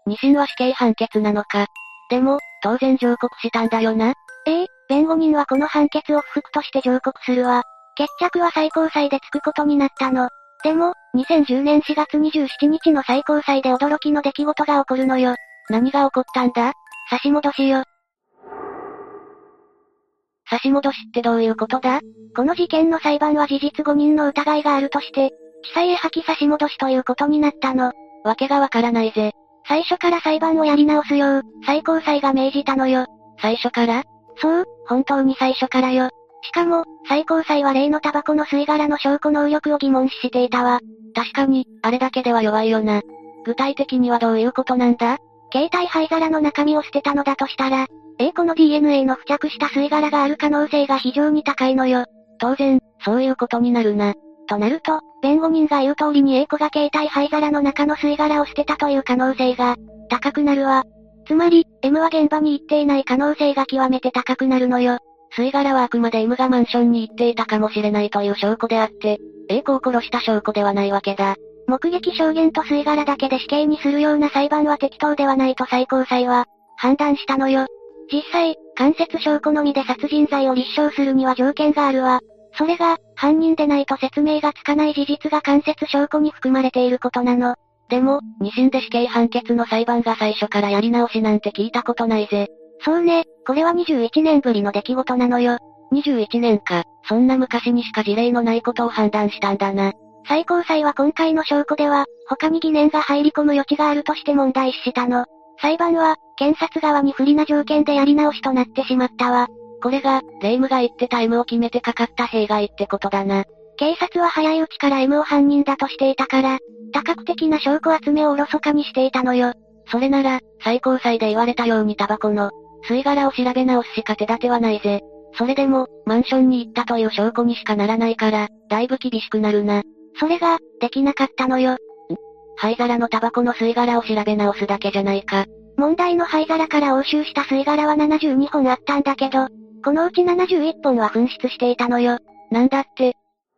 二審は死刑判決なのか。でも、当然上告したんだよな。 弁護人はこの判決を不服として上告するわ。決着は最高裁でつくことになったの。でも、2010年4月27日の最高裁で驚きの出来事が起こるのよ。 何が起こったんだ？ 差し戻しよ。 差し戻しってどういうことだ？ この事件の裁判は事実誤認の疑いがあるとして、地裁へ破棄差し戻しということになったの。 わけがわからないぜ。 最初から裁判をやり直すよう、最高裁が命じたのよ。 最初から？ そう、本当に最初からよ。しかも、最高裁は例のタバコの吸い殻の証拠能力を疑問視していたわ。 確かに、あれだけでは弱いよな。具体的にはどういうことなんだ？ 携帯灰皿の中身を捨てたのだとしたら、A 子の DNA の付着した吸い殻がある可能性が非常に高いのよ。 当然、そういうことになるな。 となると、弁護人が言う通りに A 子が携帯灰皿の中の吸い殻を捨てたという可能性が、高くなるわ。つまり、M は現場に行っていない可能性が極めて高くなるのよ。 吸い殻はあくまで M がマンションに行っていたかもしれないという証拠であって、A 子を殺した証拠ではないわけだ。 目撃証言と吸い殻だけで死刑にするような裁判は適当ではないと最高裁は、判断したのよ。実際、間接証拠のみで殺人罪を立証するには条件があるわ。それが、犯人でないと説明がつかない事実が間接証拠に含まれていることなの。 でも、二審で死刑判決の裁判が最初からやり直しなんて聞いたことないぜ。 そうね、これは21年ぶりの出来事なのよ。 21年か、そんな昔にしか事例のないことを判断したんだな。 最高裁は今回の証拠では、他に疑念が入り込む余地があるとして問題視したの。裁判は、検察側に不利な条件でやり直しとなってしまったわ。 これが、霊夢が言ってた M を決めてかかった弊害ってことだな。 警察は早いうちから M を犯人だとしていたから、多角的な証拠集めをおろそかにしていたのよ。 それなら、最高裁で言われたようにタバコの、吸い殻を調べ直すしか手立てはないぜ。それでも、マンションに行ったという証拠にしかならないから、だいぶ厳しくなるな。 それが、できなかったのよ。 灰皿のタバコの吸い殻を調べ直すだけじゃないか。 問題の灰皿から押収した吸い殻は72本あったんだけど、このうち71本は紛失していたのよ。 なんだって。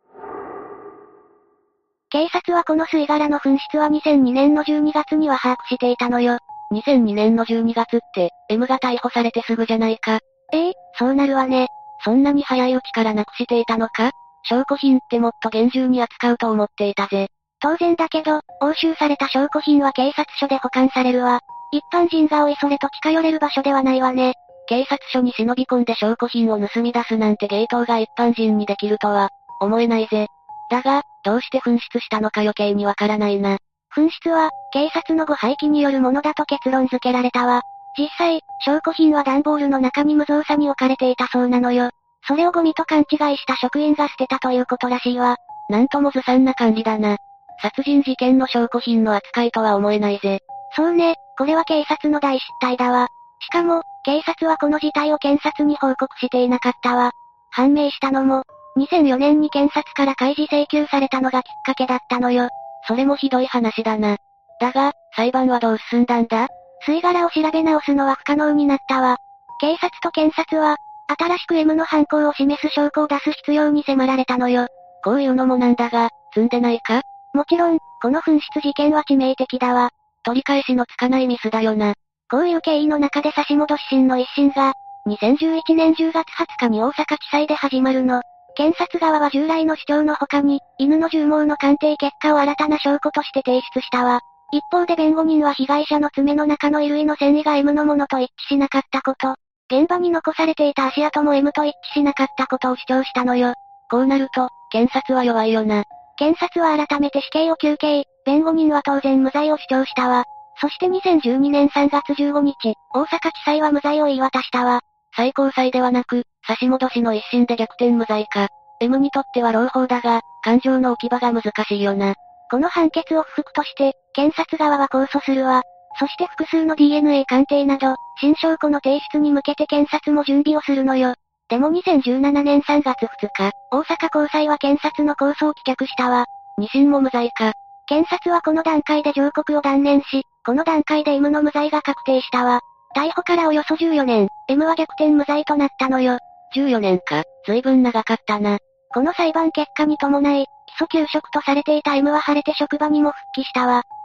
警察はこの吸い殻の紛失は2002年の12月には把握していたのよ。 2002年の12月って、M が逮捕されてすぐじゃないか。 そうなるわね。 そんなに早いうちからなくしていたのか？証拠品ってもっと厳重に扱うと思っていたぜ。 当然だけど、押収された証拠品は警察署で保管されるわ。一般人がおいそれと近寄れる場所ではないわね。 警察署に忍び込んで証拠品を盗み出すなんて芸当が一般人にできるとは、思えないぜ。だが、どうして紛失したのか余計にわからないな。 紛失は、警察の誤廃棄によるものだと結論付けられたわ。実際、証拠品は段ボールの中に無造作に置かれていたそうなのよ。それをゴミと勘違いした職員が捨てたということらしいわ。 なんともずさんな管理だな。殺人事件の証拠品の扱いとは思えないぜ。 そうね、これは警察の大失態だわ。しかも、警察はこの事態を検察に報告していなかったわ。判明したのも、2004年に検察から開示請求されたのがきっかけだったのよ。 それもひどい話だな。だが、裁判はどう進んだんだ？ 吸い殻を調べ直すのは不可能になったわ。警察と検察は、新しく M の犯行を示す証拠を出す必要に迫られたのよ。 こういうのもなんだが、積んでないか？ もちろん、この紛失事件は致命的だわ。 取り返しのつかないミスだよな。 こういう経緯の中で差し戻し審の一審が、2011年10月20日に大阪地裁で始まるの。検察側は従来の主張の他に、犬の絨毛の鑑定結果を新たな証拠として提出したわ。一方で弁護人は被害者の爪の中の衣類の繊維が M のものと一致しなかったこと。現場に残されていた足跡も M と一致しなかったことを主張したのよ。 こうなると、検察は弱いよな。 検察は改めて死刑を求刑、弁護人は当然無罪を主張したわ。そして2012年3月15日、大阪地裁は無罪を言い渡したわ。 最高裁ではなく、差し戻しの一審で逆転無罪か。M にとっては朗報だが、感情の置き場が難しいよな。 この判決を不服として、検察側は控訴するわ。そして複数の DNA 鑑定など、新証拠の提出に向けて検察も準備をするのよ。でも2017年3月2日、大阪高裁は検察の控訴を棄却したわ。 二審も無罪か。 検察はこの段階で上告を断念し、この段階で M の無罪が確定したわ。逮捕からおよそ14年、M は逆転無罪となったのよ。 14年か、随分長かったな。 この裁判結果に伴い、基礎休職とされていた M は晴れて職場にも復帰したわ。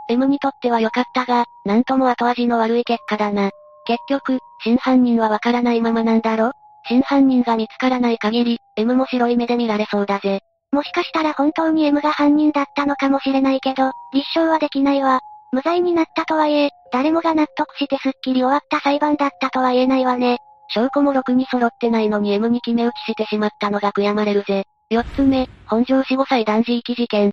M にとっては良かったが、なんとも後味の悪い結果だな。結局、真犯人はわからないままなんだろ？真犯人が見つからない限り、M も白い目で見られそうだぜ。 もしかしたら本当に M が犯人だったのかもしれないけど、立証はできないわ。無罪になったとはいえ、誰もが納得してすっきり終わった裁判だったとは言えないわね。 証拠もろくに揃ってないのに M に決め打ちしてしまったのが悔やまれるぜ。4つ目、本庄市5歳男児遺棄事件。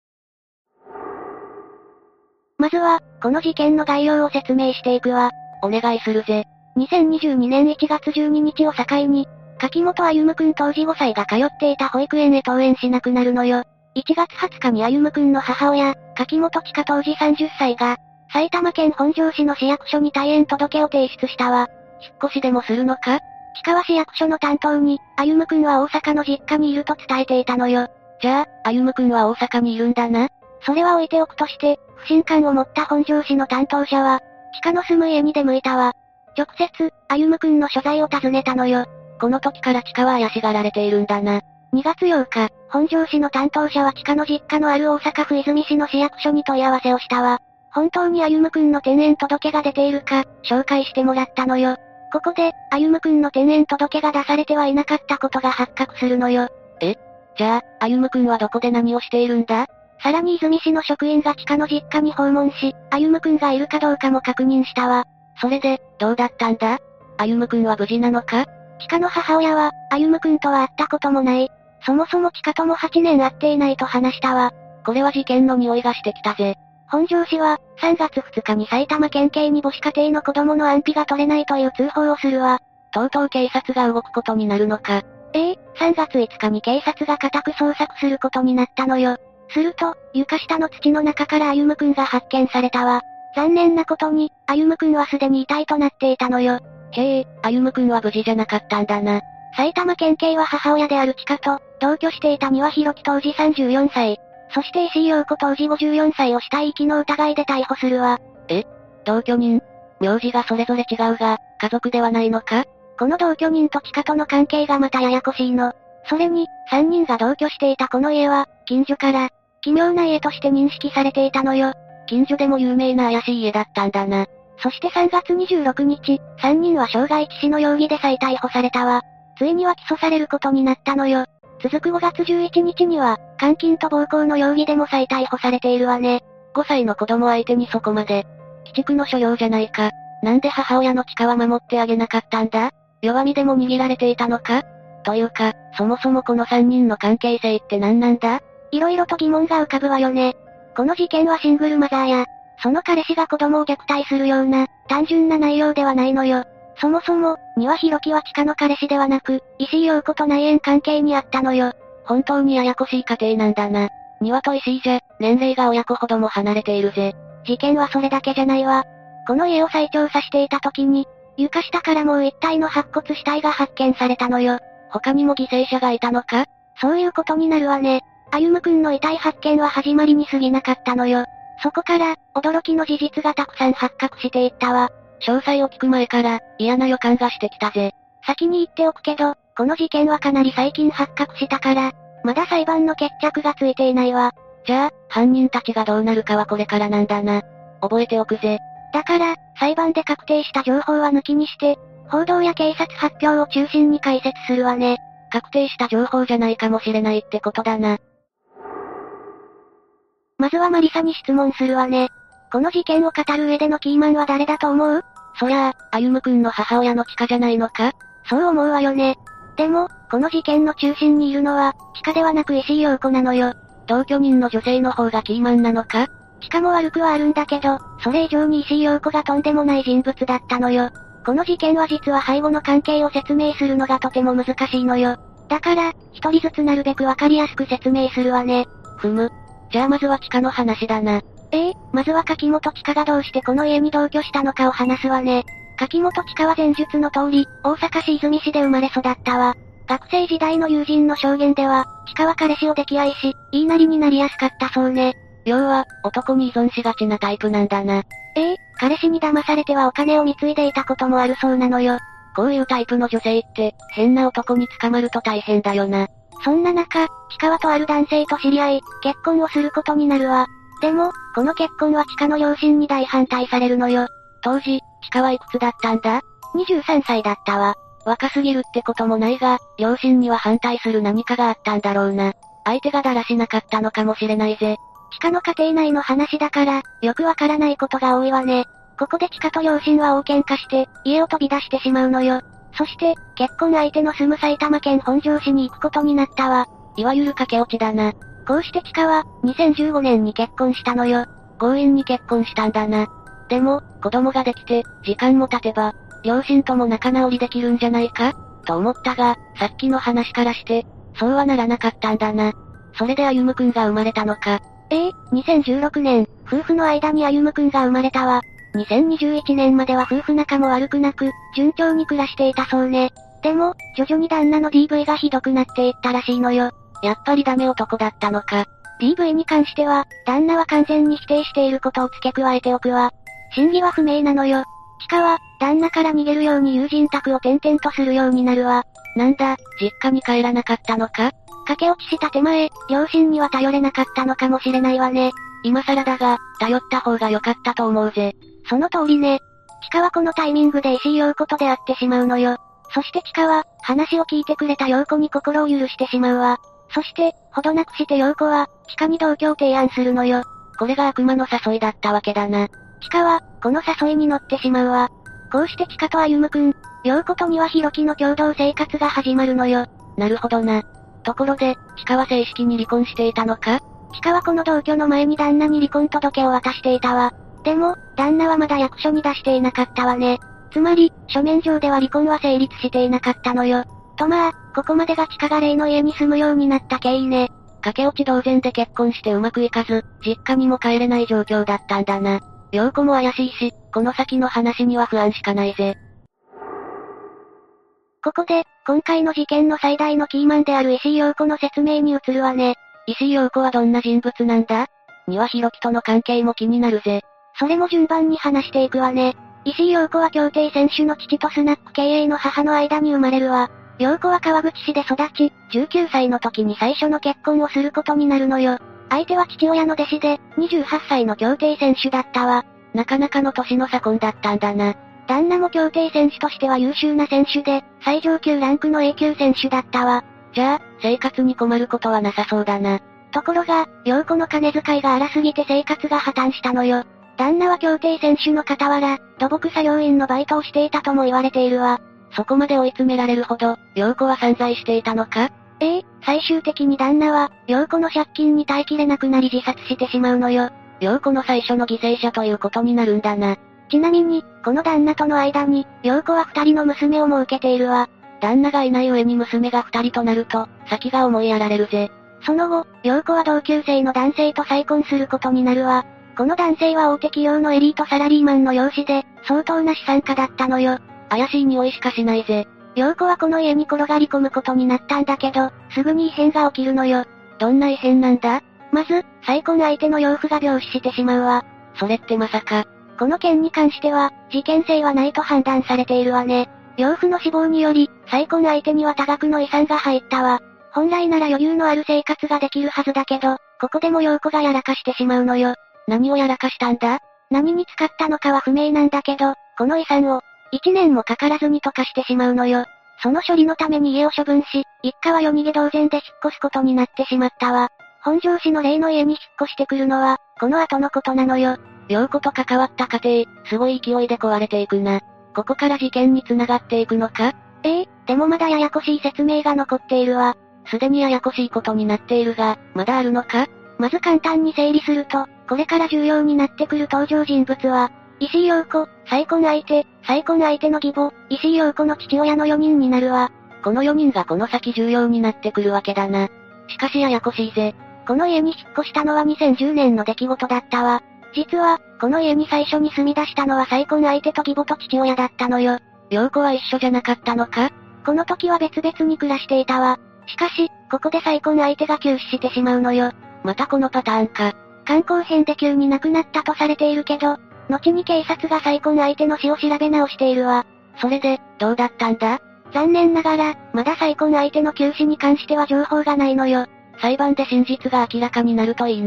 まずは、この事件の概要を説明していくわ。 お願いするぜ。 2022年1月12日を境に、柿本歩夢くん当時5歳が通っていた保育園へ登園しなくなるのよ。1月20日に歩夢くんの母親、柿本千佳当時30歳が、埼玉県本庄市の市役所に退園届を提出したわ。 引っ越しでもするのか？ 千佳は市役所の担当に、歩夢くんは大阪の実家にいると伝えていたのよ。 じゃあ、歩夢くんは大阪にいるんだな。 それは置いておくとして、不信感を持った本庄市の担当者は、千佳の住む家に出向いたわ。直接、歩夢くんの所在を尋ねたのよ。 この時から千佳は怪しがられているんだな。 2月8日、本庄市の担当者は千佳の実家のある大阪府和泉市の市役所に問い合わせをしたわ。本当に歩夢くんの転園届が出ているか、紹介してもらったのよ。ここで、歩夢くんの転園届が出されてはいなかったことが発覚するのよ。 じゃあ、歩夢くんはどこで何をしているんだ？ さらに和泉市の職員が千佳の実家に訪問し、歩夢くんがいるかどうかも確認したわ。 それで、どうだったんだ？歩夢くんは無事なのか？ 千佳の母親は、歩夢くんとは会ったこともない。そもそも千佳とも8年会っていないと話したわ。 これは事件の匂いがしてきたぜ。 本庄市は、3月2日に埼玉県警に母子家庭の子供の安否が取れないという通報をするわ。 とうとう警察が動くことになるのか。 3月5日に警察が家宅捜索することになったのよ。すると、床下の土の中から歩夢くんが発見されたわ。残念なことに、歩夢くんはすでに遺体となっていたのよ。 へえ、歩夢くんは無事じゃなかったんだな。 埼玉県警は母親である千佳と、同居していた丹羽弘樹当時34歳、そして石井陽子当時54歳を死体遺棄の疑いで逮捕するわ。 同居人？名字がそれぞれ違うが、家族ではないのか？ この同居人と千佳との関係がまたややこしいの。それに、3人が同居していたこの家は、近所から、奇妙な家として認識されていたのよ。 近所でも有名な怪しい家だったんだな。 そして3月26日、3人は傷害致死の容疑で再逮捕されたわ。ついには起訴されることになったのよ。続く5月11日には、監禁と暴行の容疑でも再逮捕されているわね。 5歳の子供相手にそこまで。鬼畜の所領じゃないか。なんで母親の千佳は守ってあげなかったんだ？弱みでも握られていたのか？というか、そもそもこの3人の関係性って何なんだ？ 色々と疑問が浮かぶわよね。この事件はシングルマザーや、その彼氏が子供を虐待するような、単純な内容ではないのよ。そもそも、丹羽弘樹は千佳の彼氏ではなく、石井陽子と内縁関係にあったのよ。 本当にややこしい家庭なんだな。丹羽と石井じゃ、年齢が親子ほども離れているぜ。 事件はそれだけじゃないわ。この家を再調査していた時に、床下からもう一体の白骨死体が発見されたのよ。 他にも犠牲者がいたのか？ そういうことになるわね。歩夢くんの遺体発見は始まりに過ぎなかったのよ。そこから、驚きの事実がたくさん発覚していったわ。 詳細を聞く前から、嫌な予感がしてきたぜ。 先に言っておくけど、この事件はかなり最近発覚したから、まだ裁判の決着がついていないわ。 じゃあ、犯人たちがどうなるかはこれからなんだな。覚えておくぜ。 だから、裁判で確定した情報は抜きにして、報道や警察発表を中心に解説するわね。 確定した情報じゃないかもしれないってことだな。 まずはマリサに質問するわね。この事件を語る上でのキーマンは誰だと思う？ そりゃあ、歩夢くんの母親の千佳じゃないのか？ そう思うわよね。でも、この事件の中心にいるのは、千佳ではなく石井陽子なのよ。 同居人の女性の方がキーマンなのか？ 千佳も悪くはあるんだけど、それ以上に石井陽子がとんでもない人物だったのよ。この事件は実は背後の関係を説明するのがとても難しいのよ。だから、一人ずつなるべくわかりやすく説明するわね。 じゃあまずは千佳の話だな。 まずは柿本千佳がどうしてこの家に同居したのかを話すわね。柿本千佳は前述の通り、大阪市泉市で生まれ育ったわ。学生時代の友人の証言では、千佳は彼氏を溺愛し、言いなりになりやすかったそうね。 要は、男に依存しがちなタイプなんだな。 彼氏に騙されてはお金を貢いでいたこともあるそうなのよ。 こういうタイプの女性って、変な男に捕まると大変だよな。 そんな中、千佳はとある男性と知り合い、結婚をすることになるわ。 でも、この結婚はチカの両親に大反対されるのよ。 当時、チカはいくつだったんだ？ 23歳だったわ。 若すぎるってこともないが、両親には反対する何かがあったんだろうな。相手がだらしなかったのかもしれないぜ。 チカの家庭内の話だから、よくわからないことが多いわね。ここでチカと両親は大喧嘩して、家を飛び出してしまうのよ。そして、結婚相手の住む埼玉県本庄市に行くことになったわ。 いわゆる駆け落ちだな。 こうしてチカは、2015年に結婚したのよ。 強引に結婚したんだな。でも、子供ができて、時間も経てば、両親とも仲直りできるんじゃないかと思ったが、さっきの話からして、そうはならなかったんだな。それで歩夢くんが生まれたのか。 2016年、夫婦の間に歩夢くんが生まれたわ。2021年までは夫婦仲も悪くなく、順調に暮らしていたそうね。でも、徐々に旦那の DV がひどくなっていったらしいのよ。 やっぱりダメ男だったのか。 DV に関しては、旦那は完全に否定していることを付け加えておくわ。真偽は不明なのよ。チカは、旦那から逃げるように友人宅を転々とするようになるわ。 なんだ、実家に帰らなかったのか？ 駆け落ちした手前、両親には頼れなかったのかもしれないわね。 今更だが、頼った方が良かったと思うぜ。 その通りね。チカはこのタイミングで石井陽子と出会ってしまうのよ。そしてチカは、話を聞いてくれた陽子に心を許してしまうわ。そして、ほどなくして陽子は、チカに同居を提案するのよ。 これが悪魔の誘いだったわけだな。 チカは、この誘いに乗ってしまうわ。こうしてチカと歩夢くん、陽子と庭弘樹の共同生活が始まるのよ。 なるほどな。ところで、チカは正式に離婚していたのか？ チカはこの同居の前に旦那に離婚届を渡していたわ。でも、旦那はまだ役所に出していなかったわね。つまり、書面上では離婚は成立していなかったのよ。とまあ、ここまでがチカが霊の家に住むようになった経緯ね。 駆け落ち同然で結婚してうまくいかず、実家にも帰れない状況だったんだな。陽子も怪しいし、この先の話には不安しかないぜ。 ここで、今回の事件の最大のキーマンである石井陽子の説明に移るわね。 石井陽子はどんな人物なんだ？庭弘樹との関係も気になるぜ。 それも順番に話していくわね。石井陽子は競艇選手の父とスナック経営の母の間に生まれるわ。陽子は川口市で育ち、19歳の時に最初の結婚をすることになるのよ。相手は父親の弟子で、28歳の競艇選手だったわ。 なかなかの年の差婚だったんだな。 旦那も競艇選手としては優秀な選手で、最上級ランクの A 級選手だったわ。 じゃあ、生活に困ることはなさそうだな。 ところが、陽子の金遣いが荒すぎて生活が破綻したのよ。旦那は競艇選手の傍ら、土木作業員のバイトをしていたとも言われているわ。 そこまで追い詰められるほど、陽子は散財していたのか？ 最終的に旦那は、陽子の借金に耐えきれなくなり自殺してしまうのよ。 陽子の最初の犠牲者ということになるんだな。 ちなみに、この旦那との間に、陽子は2人の娘をも受けているわ。 旦那がいない上に娘が2人となると、先が思いやられるぜ。 その後、陽子は同級生の男性と再婚することになるわ。この男性は大手企業のエリートサラリーマンの養子で、相当な資産家だったのよ。 怪しい匂いしかしないぜ。 陽子はこの家に転がり込むことになったんだけど、すぐに異変が起きるのよ。 どんな異変なんだ？ まず、再婚相手の養父が病死してしまうわ。 それってまさか。 この件に関しては、事件性はないと判断されているわね。養父の死亡により、再婚相手には多額の遺産が入ったわ。本来なら余裕のある生活ができるはずだけど、ここでも陽子がやらかしてしまうのよ。 何をやらかしたんだ？ 何に使ったのかは不明なんだけど、この遺産を、1年もかからずに溶かしてしまうのよ。その処理のために家を処分し、一家は夜逃げ同然で引っ越すことになってしまったわ。本庄市の霊の家に引っ越してくるのは、この後のことなのよ。 陽子と関わった家庭、すごい勢いで壊れていくな。ここから事件に繋がっていくのか？ でもまだややこしい説明が残っているわ。 すでにややこしいことになっているが、まだあるのか？ まず簡単に整理すると、これから重要になってくる登場人物は、石井陽子、再婚相手の義母、石井陽子の父親の4人になるわ。 この4人がこの先重要になってくるわけだな。しかしややこしいぜ。 この家に引っ越したのは2010年の出来事だったわ。実は、この家に最初に住み出したのは再婚相手と義母と父親だったのよ。 陽子は一緒じゃなかったのか？ この時は別々に暮らしていたわ。しかし、ここで再婚相手が急死してしまうのよ。 またこのパターンか。 観光編で急に亡くなったとされているけど、後に警察が再婚相手の死を調べ直しているわ。 それで、どうだったんだ？ 残念ながら、まだ再婚相手の急死に関しては情報がないのよ。 裁判で真実が明らかになるといいな。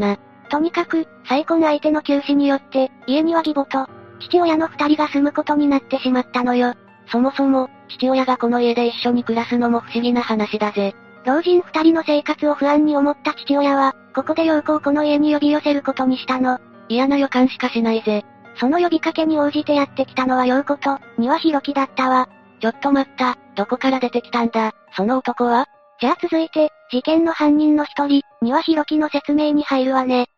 とにかく、再婚相手の急死によって、家には義母と、父親の二人が住むことになってしまったのよ。 そもそも、父親がこの家で一緒に暮らすのも不思議な話だぜ。 老人二人の生活を不安に思った父親は、ここで陽子をこの家に呼び寄せることにしたの。 嫌な予感しかしないぜ。 その呼びかけに応じてやってきたのは陽子と、丹羽弘樹だったわ。 ちょっと待った、どこから出てきたんだ、その男は？ じゃあ続いて、事件の犯人の一人、丹羽弘樹の説明に入るわね。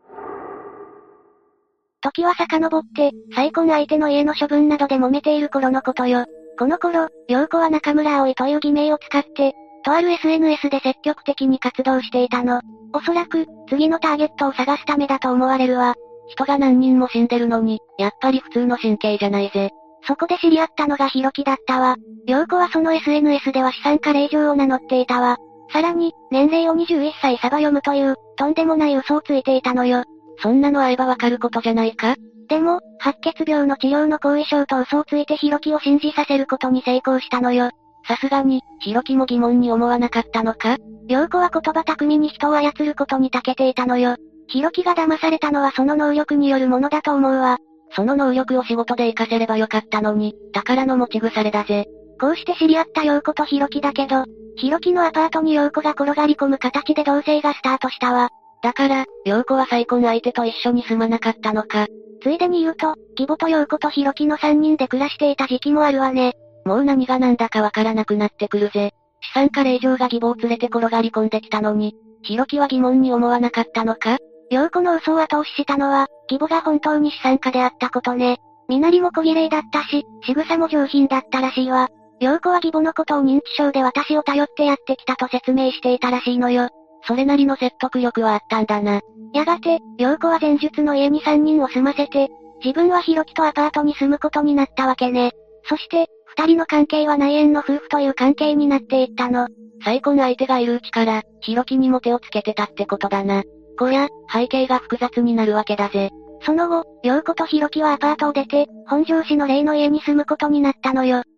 時は遡って、再婚相手の家の処分などで揉めている頃のことよ。この頃、陽子は中村葵という偽名を使って、とある SNS で積極的に活動していたの。おそらく、次のターゲットを探すためだと思われるわ。 人が何人も死んでるのに、やっぱり普通の神経じゃないぜ。 そこで知り合ったのが弘樹だったわ。陽子はその SNS では資産家令嬢を名乗っていたわ。さらに、年齢を21歳サバ読むという、とんでもない嘘をついていたのよ。 そんなの会えばわかることじゃないか？ でも、白血病の治療の後遺症と嘘をついて弘樹を信じさせることに成功したのよ。 さすがに、弘樹も疑問に思わなかったのか？ 陽子は言葉巧みに人を操ることに長けていたのよ。弘樹が騙されたのはその能力によるものだと思うわ。 その能力を仕事で活かせればよかったのに、宝の持ち腐れだぜ。 こうして知り合った陽子と弘樹だけど、弘樹のアパートに陽子が転がり込む形で同棲がスタートしたわ。 だから、陽子は再婚相手と一緒に住まなかったのか。 ついでに言うと、義母と陽子と弘樹の3人で暮らしていた時期もあるわね。 もう何が何だかわからなくなってくるぜ。資産家令嬢が義母を連れて転がり込んできたのに、弘樹は疑問に思わなかったのか？ 陽子の嘘を後押ししたのは、義母が本当に資産家であったことね。身なりも小綺麗だったし、仕草も上品だったらしいわ。陽子は義母のことを認知症で私を頼ってやってきたと説明していたらしいのよ。 それなりの説得力はあったんだな。 やがて、陽子は前述の家に3人を住ませて、自分は弘樹とアパートに住むことになったわけね。そして、二人の関係は内縁の夫婦という関係になっていったの。 再婚相手がいるうちから、弘樹にも手をつけてたってことだな。こりゃ、背景が複雑になるわけだぜ。 その後、陽子と弘樹はアパートを出て、本庄市の例の家に住むことになったのよ。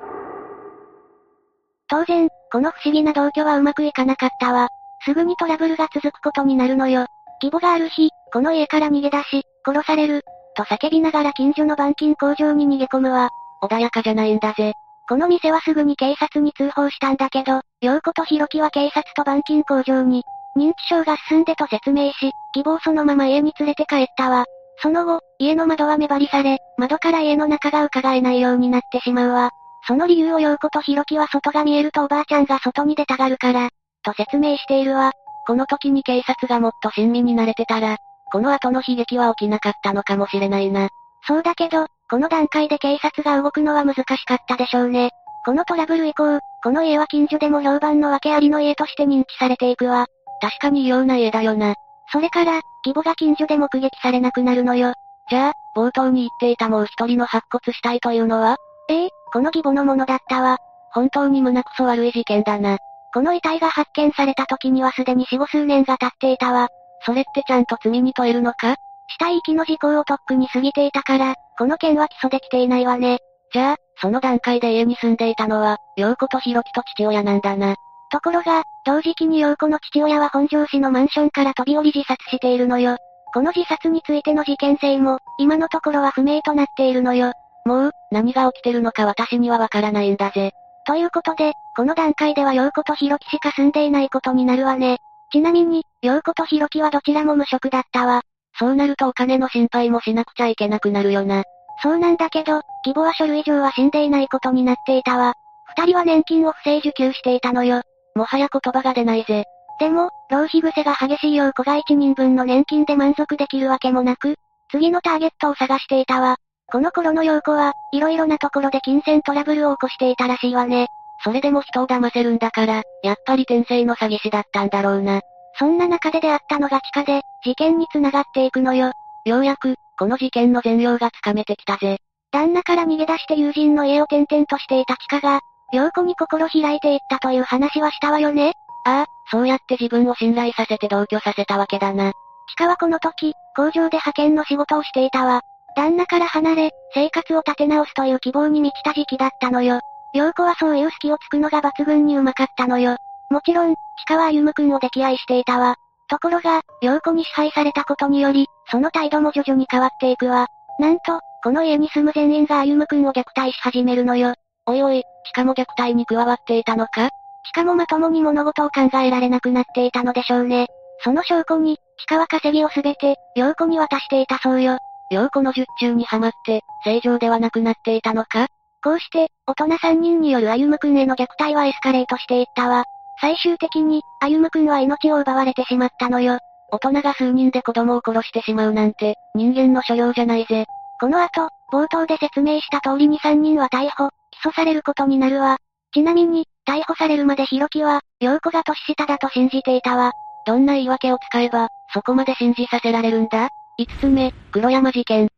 当然、この不思議な同居はうまくいかなかったわ。すぐにトラブルが続くことになるのよ。義母がある日、この家から逃げ出し、殺される、と叫びながら近所の板金工場に逃げ込むわ。 穏やかじゃないんだぜ。 この店はすぐに警察に通報したんだけど、陽子と弘樹は警察と板金工場に、認知症が進んでと説明し、義母をそのまま家に連れて帰ったわ。その後、家の窓は目張りされ、窓から家の中が伺えないようになってしまうわ。その理由を陽子と弘樹は外が見えるとおばあちゃんが外に出たがるから、と説明しているわ。 この時に警察がもっと親身になれてたら、この後の悲劇は起きなかったのかもしれないな。 そうだけど、この段階で警察が動くのは難しかったでしょうね。このトラブル以降、この家は近所でも評判の訳ありの家として認知されていくわ。 確かに異様な家だよな。 それから、義母が近所で目撃されなくなるのよ。 じゃあ、冒頭に言っていたもう一人の白骨死体というのは？ この義母のものだったわ。 本当に胸くそ悪い事件だな。 この遺体が発見された時にはすでに4、5数年が経っていたわ。 それってちゃんと罪に問えるのか？ 死体遺棄の時効をとっくに過ぎていたから、この件は起訴できていないわね。 じゃあ、その段階で家に住んでいたのは、陽子と弘樹と父親なんだな。 ところが、同時期に陽子の父親は本庄市のマンションから飛び降り自殺しているのよ。この自殺についての事件性も、今のところは不明となっているのよ。 もう、何が起きてるのか私にはわからないんだぜ。 ということで、この段階では陽子と弘樹しか住んでいないことになるわね。ちなみに、陽子と弘樹はどちらも無職だったわ。 そうなるとお金の心配もしなくちゃいけなくなるよな。 そうなんだけど、義母は書類上は死んでいないことになっていたわ。二人は年金を不正受給していたのよ。 もはや言葉が出ないぜ。 でも、浪費癖が激しい陽子が一人分の年金で満足できるわけもなく、次のターゲットを探していたわ。この頃の陽子は、色々なところで金銭トラブルを起こしていたらしいわね。 それでも人を騙せるんだから、やっぱり天性の詐欺師だったんだろうな。 そんな中で出会ったのが地下で、事件に繋がっていくのよ。 ようやく、この事件の全容がつかめてきたぜ。 旦那から逃げ出して友人の家を転々としていた地下が、陽子に心開いていったという話はしたわよね。 ああ、そうやって自分を信頼させて同居させたわけだな。 地下はこの時、工場で派遣の仕事をしていたわ。旦那から離れ、生活を立て直すという希望に満ちた時期だったのよ。陽子はそういう隙をつくのが抜群にうまかったのよ。もちろん、地下は歩夢くんを溺愛していたわ。 ところが、陽子に支配されたことにより、その態度も徐々に変わっていくわ。なんと、この家に住む全員が歩夢くんを虐待し始めるのよ。 おいおい、しかも虐待に加わっていたのか？ しかもまともに物事を考えられなくなっていたのでしょうね。その証拠に、鹿は稼ぎをすべて、陽子に渡していたそうよ。 陽子の術中にはまって、正常ではなくなっていたのか？ こうして、大人3人による歩夢くんへの虐待はエスカレートしていったわ。最終的に、歩夢くんは命を奪われてしまったのよ。 大人が数人で子供を殺してしまうなんて、人間の所業じゃないぜ。 この後、冒頭で説明した通りに3人は逮捕、起訴されることになるわ。ちなみに、逮捕されるまでひろきは、陽子が年下だと信じていたわ。 どんな言い訳を使えば、そこまで信じさせられるんだ？ 5 つ目、黒山事件。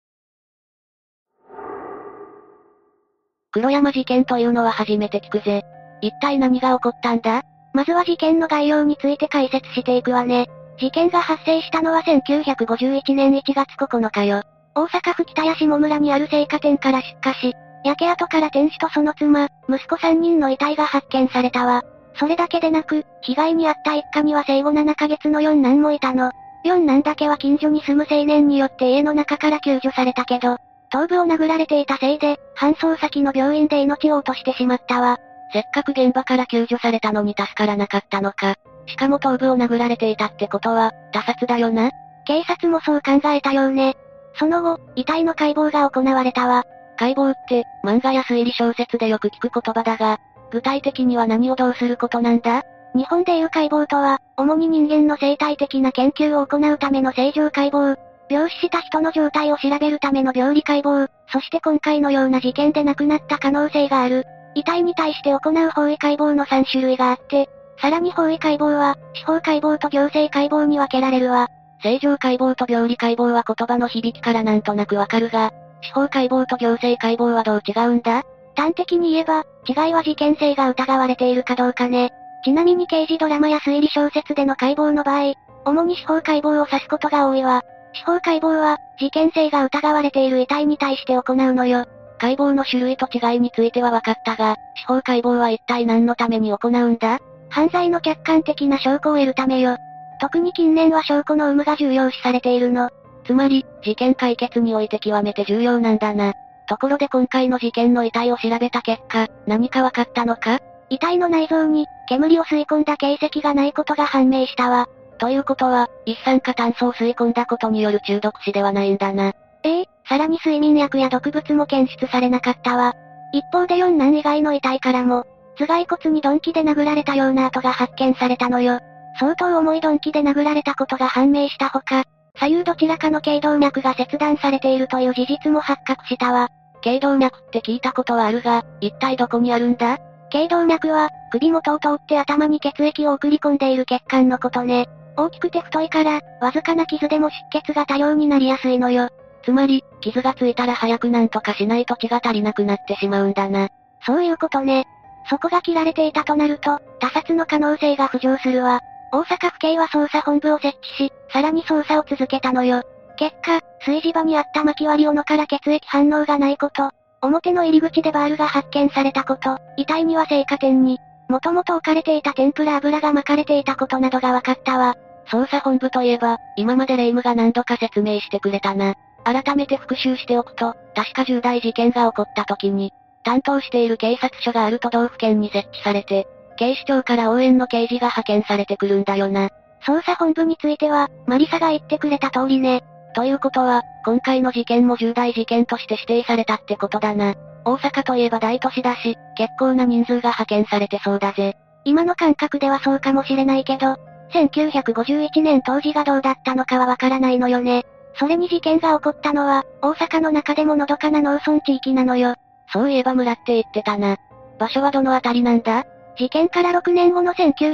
黒山事件というのは初めて聞くぜ。一体何が起こったんだ？ まずは事件の概要について解説していくわね。事件が発生したのは1951年1月9日よ。大阪府北谷下村にある青果店から出火し、焼け跡から店主とその妻、息子3人の遺体が発見されたわ。それだけでなく、被害に遭った一家には生後7ヶ月の四男もいたの。四男だけは近所に住む青年によって家の中から救助されたけど、頭部を殴られていたせいで、搬送先の病院で命を落としてしまったわ。 せっかく現場から救助されたのに助からなかったのか。しかも頭部を殴られていたってことは、他殺だよな。 警察もそう考えたようね。その後、遺体の解剖が行われたわ。 解剖って、漫画や推理小説でよく聞く言葉だが、具体的には何をどうすることなんだ？ 日本でいう解剖とは、主に人間の生態的な研究を行うための正常解剖、病死した人の状態を調べるための病理解剖、そして今回のような事件で亡くなった可能性がある。遺体に対して行う法医解剖の3種類があって、さらに法医解剖は、司法解剖と行政解剖に分けられるわ。 正常解剖と病理解剖は言葉の響きからなんとなくわかるが、司法解剖と行政解剖はどう違うんだ？ 端的に言えば、違いは事件性が疑われているかどうかね。ちなみに刑事ドラマや推理小説での解剖の場合、主に司法解剖を指すことが多いわ。司法解剖は、事件性が疑われている遺体に対して行うのよ。 解剖の種類と違いについては分かったが、司法解剖は一体何のために行うんだ？ 犯罪の客観的な証拠を得るためよ。特に近年は証拠の有無が重要視されているの。 つまり、事件解決において極めて重要なんだな。ところで今回の事件の遺体を調べた結果、何か分かったのか？ 遺体の内臓に、煙を吸い込んだ形跡がないことが判明したわ。 ということは、一酸化炭素を吸い込んだことによる中毒死ではないんだな。 さらに睡眠薬や毒物も検出されなかったわ。一方で四男以外の遺体からも、頭蓋骨に鈍器で殴られたような跡が発見されたのよ。相当重い鈍器で殴られたことが判明したほか、左右どちらかの頸動脈が切断されているという事実も発覚したわ。 頸動脈って聞いたことはあるが、一体どこにあるんだ？ 頸動脈は、首元を通って頭に血液を送り込んでいる血管のことね。大きくて太いから、わずかな傷でも出血が多量になりやすいのよ。 つまり、傷がついたら早くなんとかしないと血が足りなくなってしまうんだな。 そういうことね。そこが切られていたとなると、他殺の可能性が浮上するわ。大阪府警は捜査本部を設置し、さらに捜査を続けたのよ。結果、炊事場にあった薪割り斧から血液反応がないこと、表の入り口でバールが発見されたこと、遺体には青果店に、もともと置かれていた天ぷら油が巻かれていたことなどが分かったわ。 捜査本部といえば、今まで霊夢が何度か説明してくれたな。改めて復習しておくと、確か重大事件が起こった時に、担当している警察署がある都道府県に設置されて、警視庁から応援の刑事が派遣されてくるんだよな。 捜査本部については、マリサが言ってくれた通りね。 ということは、今回の事件も重大事件として指定されたってことだな。大阪といえば大都市だし、結構な人数が派遣されてそうだぜ。 今の感覚ではそうかもしれないけど、1951年当時がどうだったのかはわからないのよね。それに事件が起こったのは、大阪の中でものどかな農村地域なのよ。 そういえば村って言ってたな。場所はどのあたりなんだ？ 事件から6年後の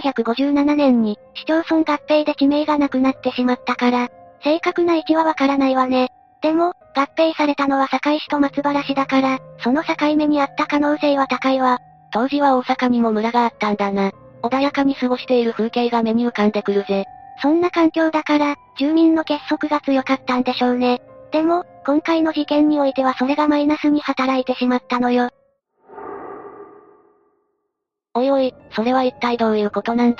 1957年に、市町村合併で地名がなくなってしまったから、正確な位置はわからないわね。でも、合併されたのは堺市と松原市だから、その境目にあった可能性は高いわ。 当時は大阪にも村があったんだな。穏やかに過ごしている風景が目に浮かんでくるぜ。 そんな環境だから、住民の結束が強かったんでしょうね。でも、今回の事件においてはそれがマイナスに働いてしまったのよ。 おいおい、それは一体どういうことなんだ？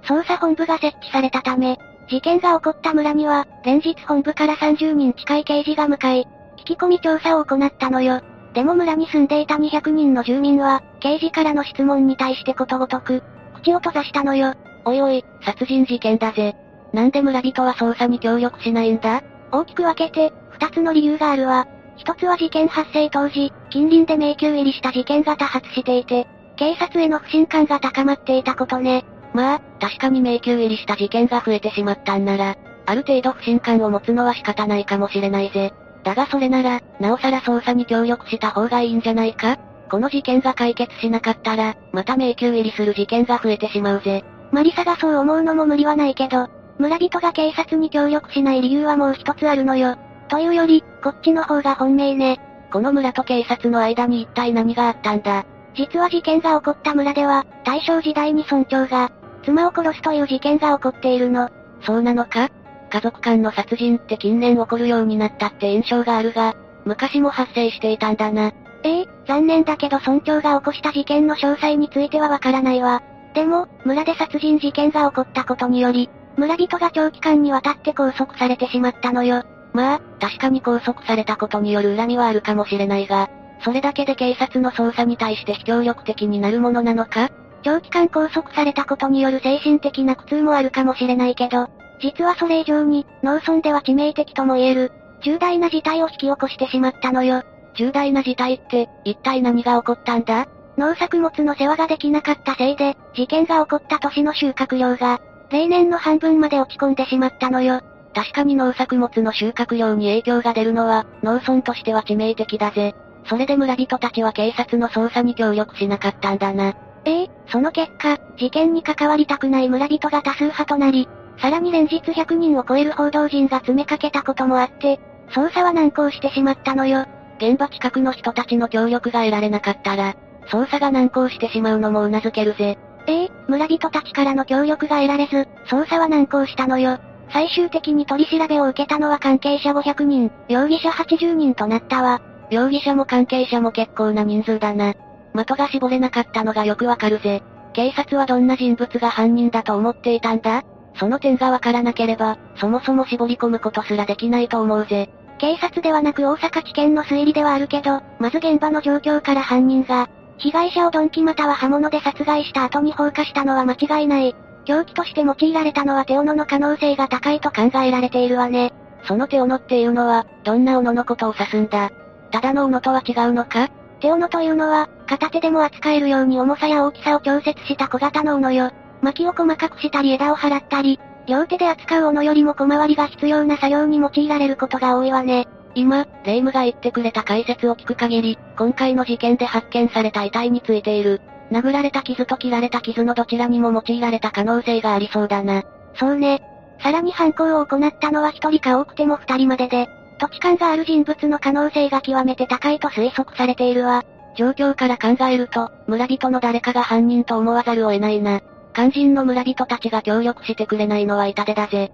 捜査本部が設置されたため、事件が起こった村には、連日本部から30人近い刑事が向かい、聞き込み調査を行ったのよ。でも村に住んでいた200人の住民は、刑事からの質問に対してことごとく、口を閉ざしたのよ。 おいおい、殺人事件だぜ。なんで村人は捜査に協力しないんだ？ 大きく分けて、2つの理由があるわ。1つは事件発生当時、近隣で迷宮入りした事件が多発していて、警察への不信感が高まっていたことね。 まあ、確かに迷宮入りした事件が増えてしまったんなら、ある程度不信感を持つのは仕方ないかもしれないぜ。だがそれなら、なおさら捜査に協力した方がいいんじゃないか？この事件が解決しなかったら、また迷宮入りする事件が増えてしまうぜ。 マリサがそう思うのも無理はないけど、村人が警察に協力しない理由はもう一つあるのよ。というより、こっちの方が本命ね。 この村と警察の間に一体何があったんだ？ 実は事件が起こった村では、大正時代に村長が、妻を殺すという事件が起こっているの。 そうなのか？家族間の殺人って近年起こるようになったって印象があるが、昔も発生していたんだな。 残念だけど村長が起こした事件の詳細についてはわからないわ。でも、村で殺人事件が起こったことにより、村人が長期間にわたって拘束されてしまったのよ。 まあ、確かに拘束されたことによる恨みはあるかもしれないが、それだけで警察の捜査に対して非協力的になるものなのか？ 長期間拘束されたことによる精神的な苦痛もあるかもしれないけど、実はそれ以上に、農村では致命的とも言える、重大な事態を引き起こしてしまったのよ。 重大な事態って、一体何が起こったんだ？ 農作物の世話ができなかったせいで、事件が起こった年の収穫量が、例年の半分まで落ち込んでしまったのよ。 確かに農作物の収穫量に影響が出るのは、農村としては致命的だぜ。それで村人たちは警察の捜査に協力しなかったんだな。 その結果、事件に関わりたくない村人が多数派となり、さらに連日100人を超える報道陣が詰めかけたこともあって、捜査は難航してしまったのよ。 現場近くの人たちの協力が得られなかったら、捜査が難航してしまうのも頷けるぜ。 村人たちからの協力が得られず、捜査は難航したのよ。最終的に取り調べを受けたのは関係者500人、容疑者80人となったわ。 容疑者も関係者も結構な人数だな。的が絞れなかったのがよくわかるぜ。警察はどんな人物が犯人だと思っていたんだ？その点がわからなければ、そもそも絞り込むことすらできないと思うぜ。 警察ではなく大阪地検の推理ではあるけど、まず現場の状況から犯人が、被害者を鈍器または刃物で殺害した後に放火したのは間違いない。凶器として用いられたのは手斧の可能性が高いと考えられているわね。 その手斧っていうのは、どんな斧のことを指すんだ？ただの斧とは違うのか？ 手斧というのは、片手でも扱えるように重さや大きさを調節した小型の斧よ。薪を細かくしたり枝を払ったり、両手で扱う斧よりも小回りが必要な作業に用いられることが多いわね。 今、霊夢が言ってくれた解説を聞く限り、今回の事件で発見された遺体についている、殴られた傷と切られた傷のどちらにも用いられた可能性がありそうだな。 そうね。さらに犯行を行ったのは一人か多くても二人までで、土地勘がある人物の可能性が極めて高いと推測されているわ。 状況から考えると、村人の誰かが犯人と思わざるを得ないな。肝心の村人たちが協力してくれないのは痛手だぜ。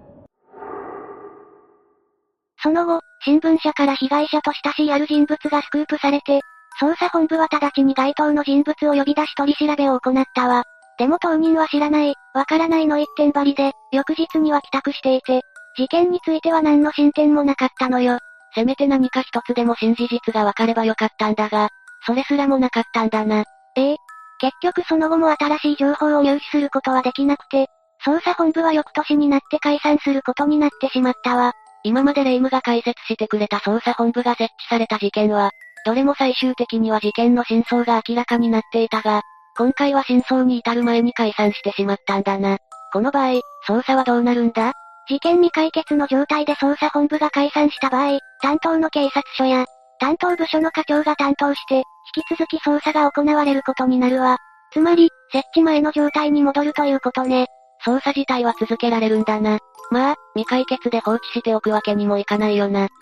その後、新聞社から被害者と親しいある人物がスクープされて、捜査本部は直ちに該当の人物を呼び出し取り調べを行ったわ。でも当人は知らない、わからないの一点張りで、翌日には帰宅していて、事件については何の進展もなかったのよ。 せめて何か一つでも新事実がわかればよかったんだが、それすらもなかったんだな。 結局その後も新しい情報を入手することはできなくて、捜査本部は翌年になって解散することになってしまったわ。 今まで霊夢が解説してくれた捜査本部が設置された事件は、どれも最終的には事件の真相が明らかになっていたが、今回は真相に至る前に解散してしまったんだな。この場合、捜査はどうなるんだ？ 事件未解決の状態で捜査本部が解散した場合、担当の警察署や、担当部署の課長が担当して、引き続き捜査が行われることになるわ。つまり、設置前の状態に戻るということね。 捜査自体は続けられるんだな。まあ、未解決で放置しておくわけにもいかないよな。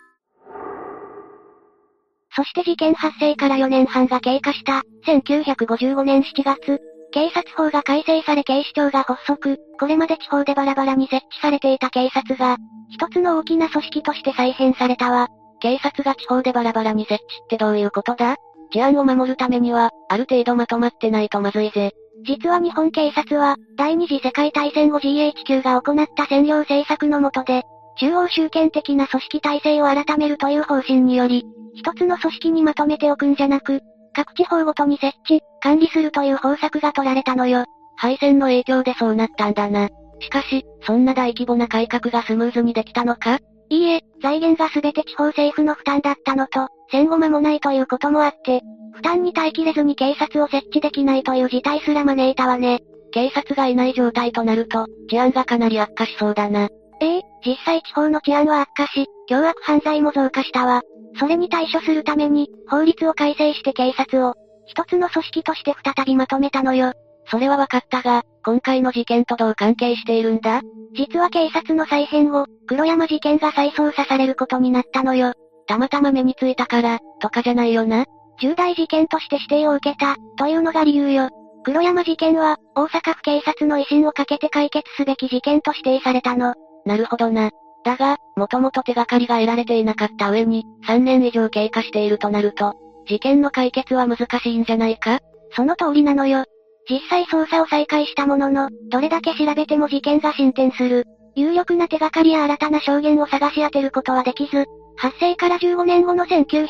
そして事件発生から4年半が経過した、1955年7月、警察法が改正され警視庁が発足、これまで地方でバラバラに設置されていた警察が、一つの大きな組織として再編されたわ。 警察が地方でバラバラに設置ってどういうことだ？治安を守るためには、ある程度まとまってないとまずいぜ。 実は日本警察は、第二次世界大戦後 GHQ が行った占領政策の下で、中央集権的な組織体制を改めるという方針により、一つの組織にまとめておくんじゃなく、各地方ごとに設置、管理するという方策が取られたのよ。 敗戦の影響でそうなったんだな。しかし、そんな大規模な改革がスムーズにできたのか？ いいえ、財源が全て地方政府の負担だったのと、戦後間もないということもあって、負担に耐えきれずに警察を設置できないという事態すら招いたわね。 警察がいない状態となると、治安がかなり悪化しそうだな。 実際地方の治安は悪化し、凶悪犯罪も増加したわ。それに対処するために、法律を改正して警察を、一つの組織として再びまとめたのよ。 それは分かったが、今回の事件とどう関係しているんだ？ 実は警察の再編後、黒山事件が再捜査されることになったのよ。 たまたま目についたから、とかじゃないよな。 重大事件として指定を受けた、というのが理由よ。黒山事件は、大阪府警察の威信をかけて解決すべき事件と指定されたの。 なるほどな。だが、もともと手がかりが得られていなかった上に、3年以上経過しているとなると、事件の解決は難しいんじゃないか？ その通りなのよ。実際捜査を再開したものの、どれだけ調べても事件が進展する。有力な手がかりや新たな証言を探し当てることはできず、発生から15年後の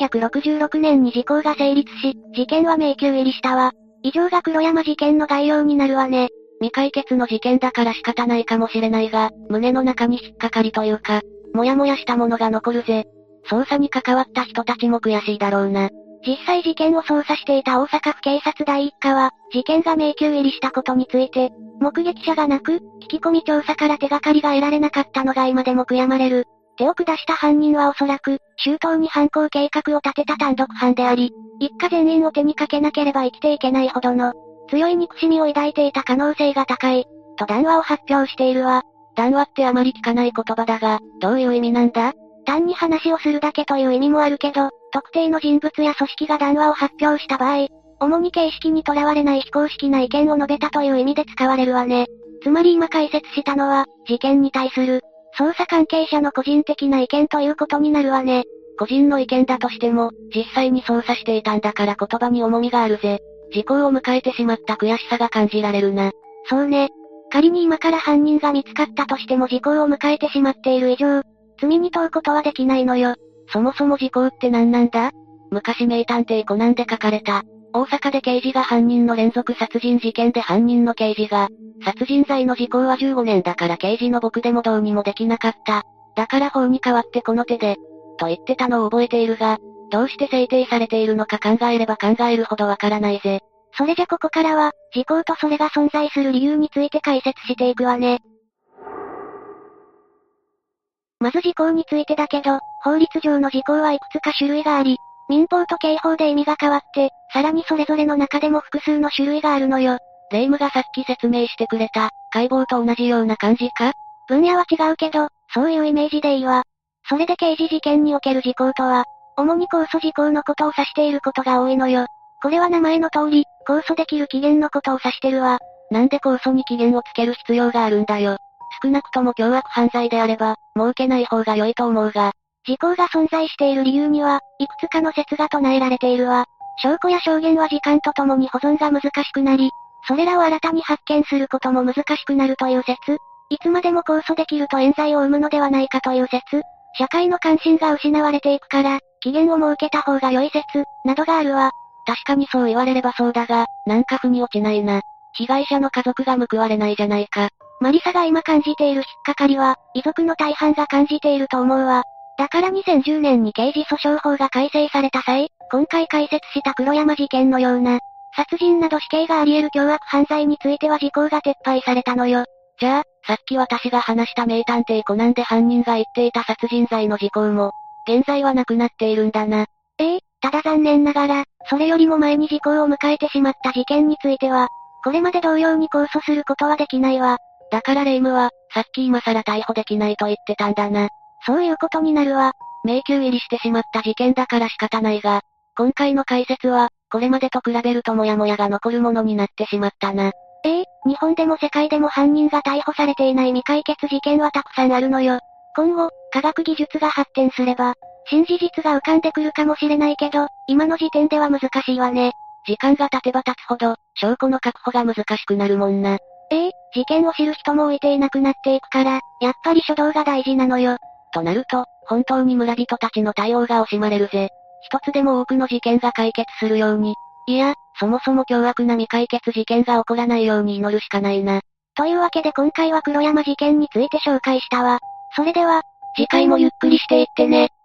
1966年に時効が成立し、事件は迷宮入りしたわ。以上が黒山事件の概要になるわね。 未解決の事件だから仕方ないかもしれないが、胸の中に引っかかりというか、もやもやしたものが残るぜ。捜査に関わった人たちも悔しいだろうな。 実際事件を捜査していた大阪府警察第一課は、事件が迷宮入りしたことについて、目撃者がなく、聞き込み調査から手がかりが得られなかったのが今でも悔やまれる。手を下した犯人はおそらく、周到に犯行計画を立てた単独犯であり、一家全員を手にかけなければ生きていけないほどの、強い憎しみを抱いていた可能性が高い、と談話を発表しているわ。 談話ってあまり聞かない言葉だが、どういう意味なんだ？ 単に話をするだけという意味もあるけど、特定の人物や組織が談話を発表した場合、主に形式にとらわれない非公式な意見を述べたという意味で使われるわね。つまり今解説したのは、事件に対する、捜査関係者の個人的な意見ということになるわね。 個人の意見だとしても、実際に捜査していたんだから言葉に重みがあるぜ。時効を迎えてしまった悔しさが感じられるな。 そうね。仮に今から犯人が見つかったとしても時効を迎えてしまっている以上、罪に問うことはできないのよ。 そもそも時効って何なんだ？昔名探偵コナンで書かれた。大阪で刑事が犯人の連続殺人事件で犯人の刑事が、殺人罪の時効は15年だから刑事の僕でもどうにもできなかった。だから法に代わってこの手で、と言ってたのを覚えているが、どうして制定されているのか考えれば考えるほどわからないぜ。 それじゃここからは、時効とそれが存在する理由について解説していくわね。まず時効についてだけど、法律上の時効はいくつか種類があり、民法と刑法で意味が変わって、さらにそれぞれの中でも複数の種類があるのよ。 霊夢がさっき説明してくれた、解剖と同じような感じか？ 分野は違うけど、そういうイメージでいいわ。それで刑事事件における時効とは、主に控訴時効のことを指していることが多いのよ。これは名前の通り、控訴できる期限のことを指してるわ。 なんで控訴に期限をつける必要があるんだよ。少なくとも凶悪犯罪であれば、設けない方が良いと思うが。 時効が存在している理由には、いくつかの説が唱えられているわ。証拠や証言は時間とともに保存が難しくなり、それらを新たに発見することも難しくなるという説。いつまでも控訴できると冤罪を生むのではないかという説。社会の関心が失われていくから、期限を設けた方が良い説、などがあるわ。 確かにそう言われればそうだが、なんか腑に落ちないな。被害者の家族が報われないじゃないか。 マリサが今感じている引っかかりは、遺族の大半が感じていると思うわ。だから2010年に刑事訴訟法が改正された際、今回解説した黒山事件のような、殺人など死刑があり得る凶悪犯罪については時効が撤廃されたのよ。 じゃあ、さっき私が話した名探偵コナンで犯人が言っていた殺人罪の時効も、現在はなくなっているんだな。 ただ残念ながら、それよりも前に時効を迎えてしまった事件については、これまで同様に控訴することはできないわ。 だから霊夢は、さっき今更逮捕できないと言ってたんだな。 そういうことになるわ。 迷宮入りしてしまった事件だから仕方ないが、今回の解説は、これまでと比べるとモヤモヤが残るものになってしまったな。 日本でも世界でも犯人が逮捕されていない未解決事件はたくさんあるのよ。今後、科学技術が発展すれば、新事実が浮かんでくるかもしれないけど、今の時点では難しいわね。 時間が経てば経つほど、証拠の確保が難しくなるもんな。 事件を知る人も置いていなくなっていくから、やっぱり初動が大事なのよ。 となると、本当に村人たちの対応が惜しまれるぜ。一つでも多くの事件が解決するように。いや、そもそも凶悪な未解決事件が起こらないように祈るしかないな。 というわけで今回は黒山事件について紹介したわ。それでは、 次回もゆっくりしていってね。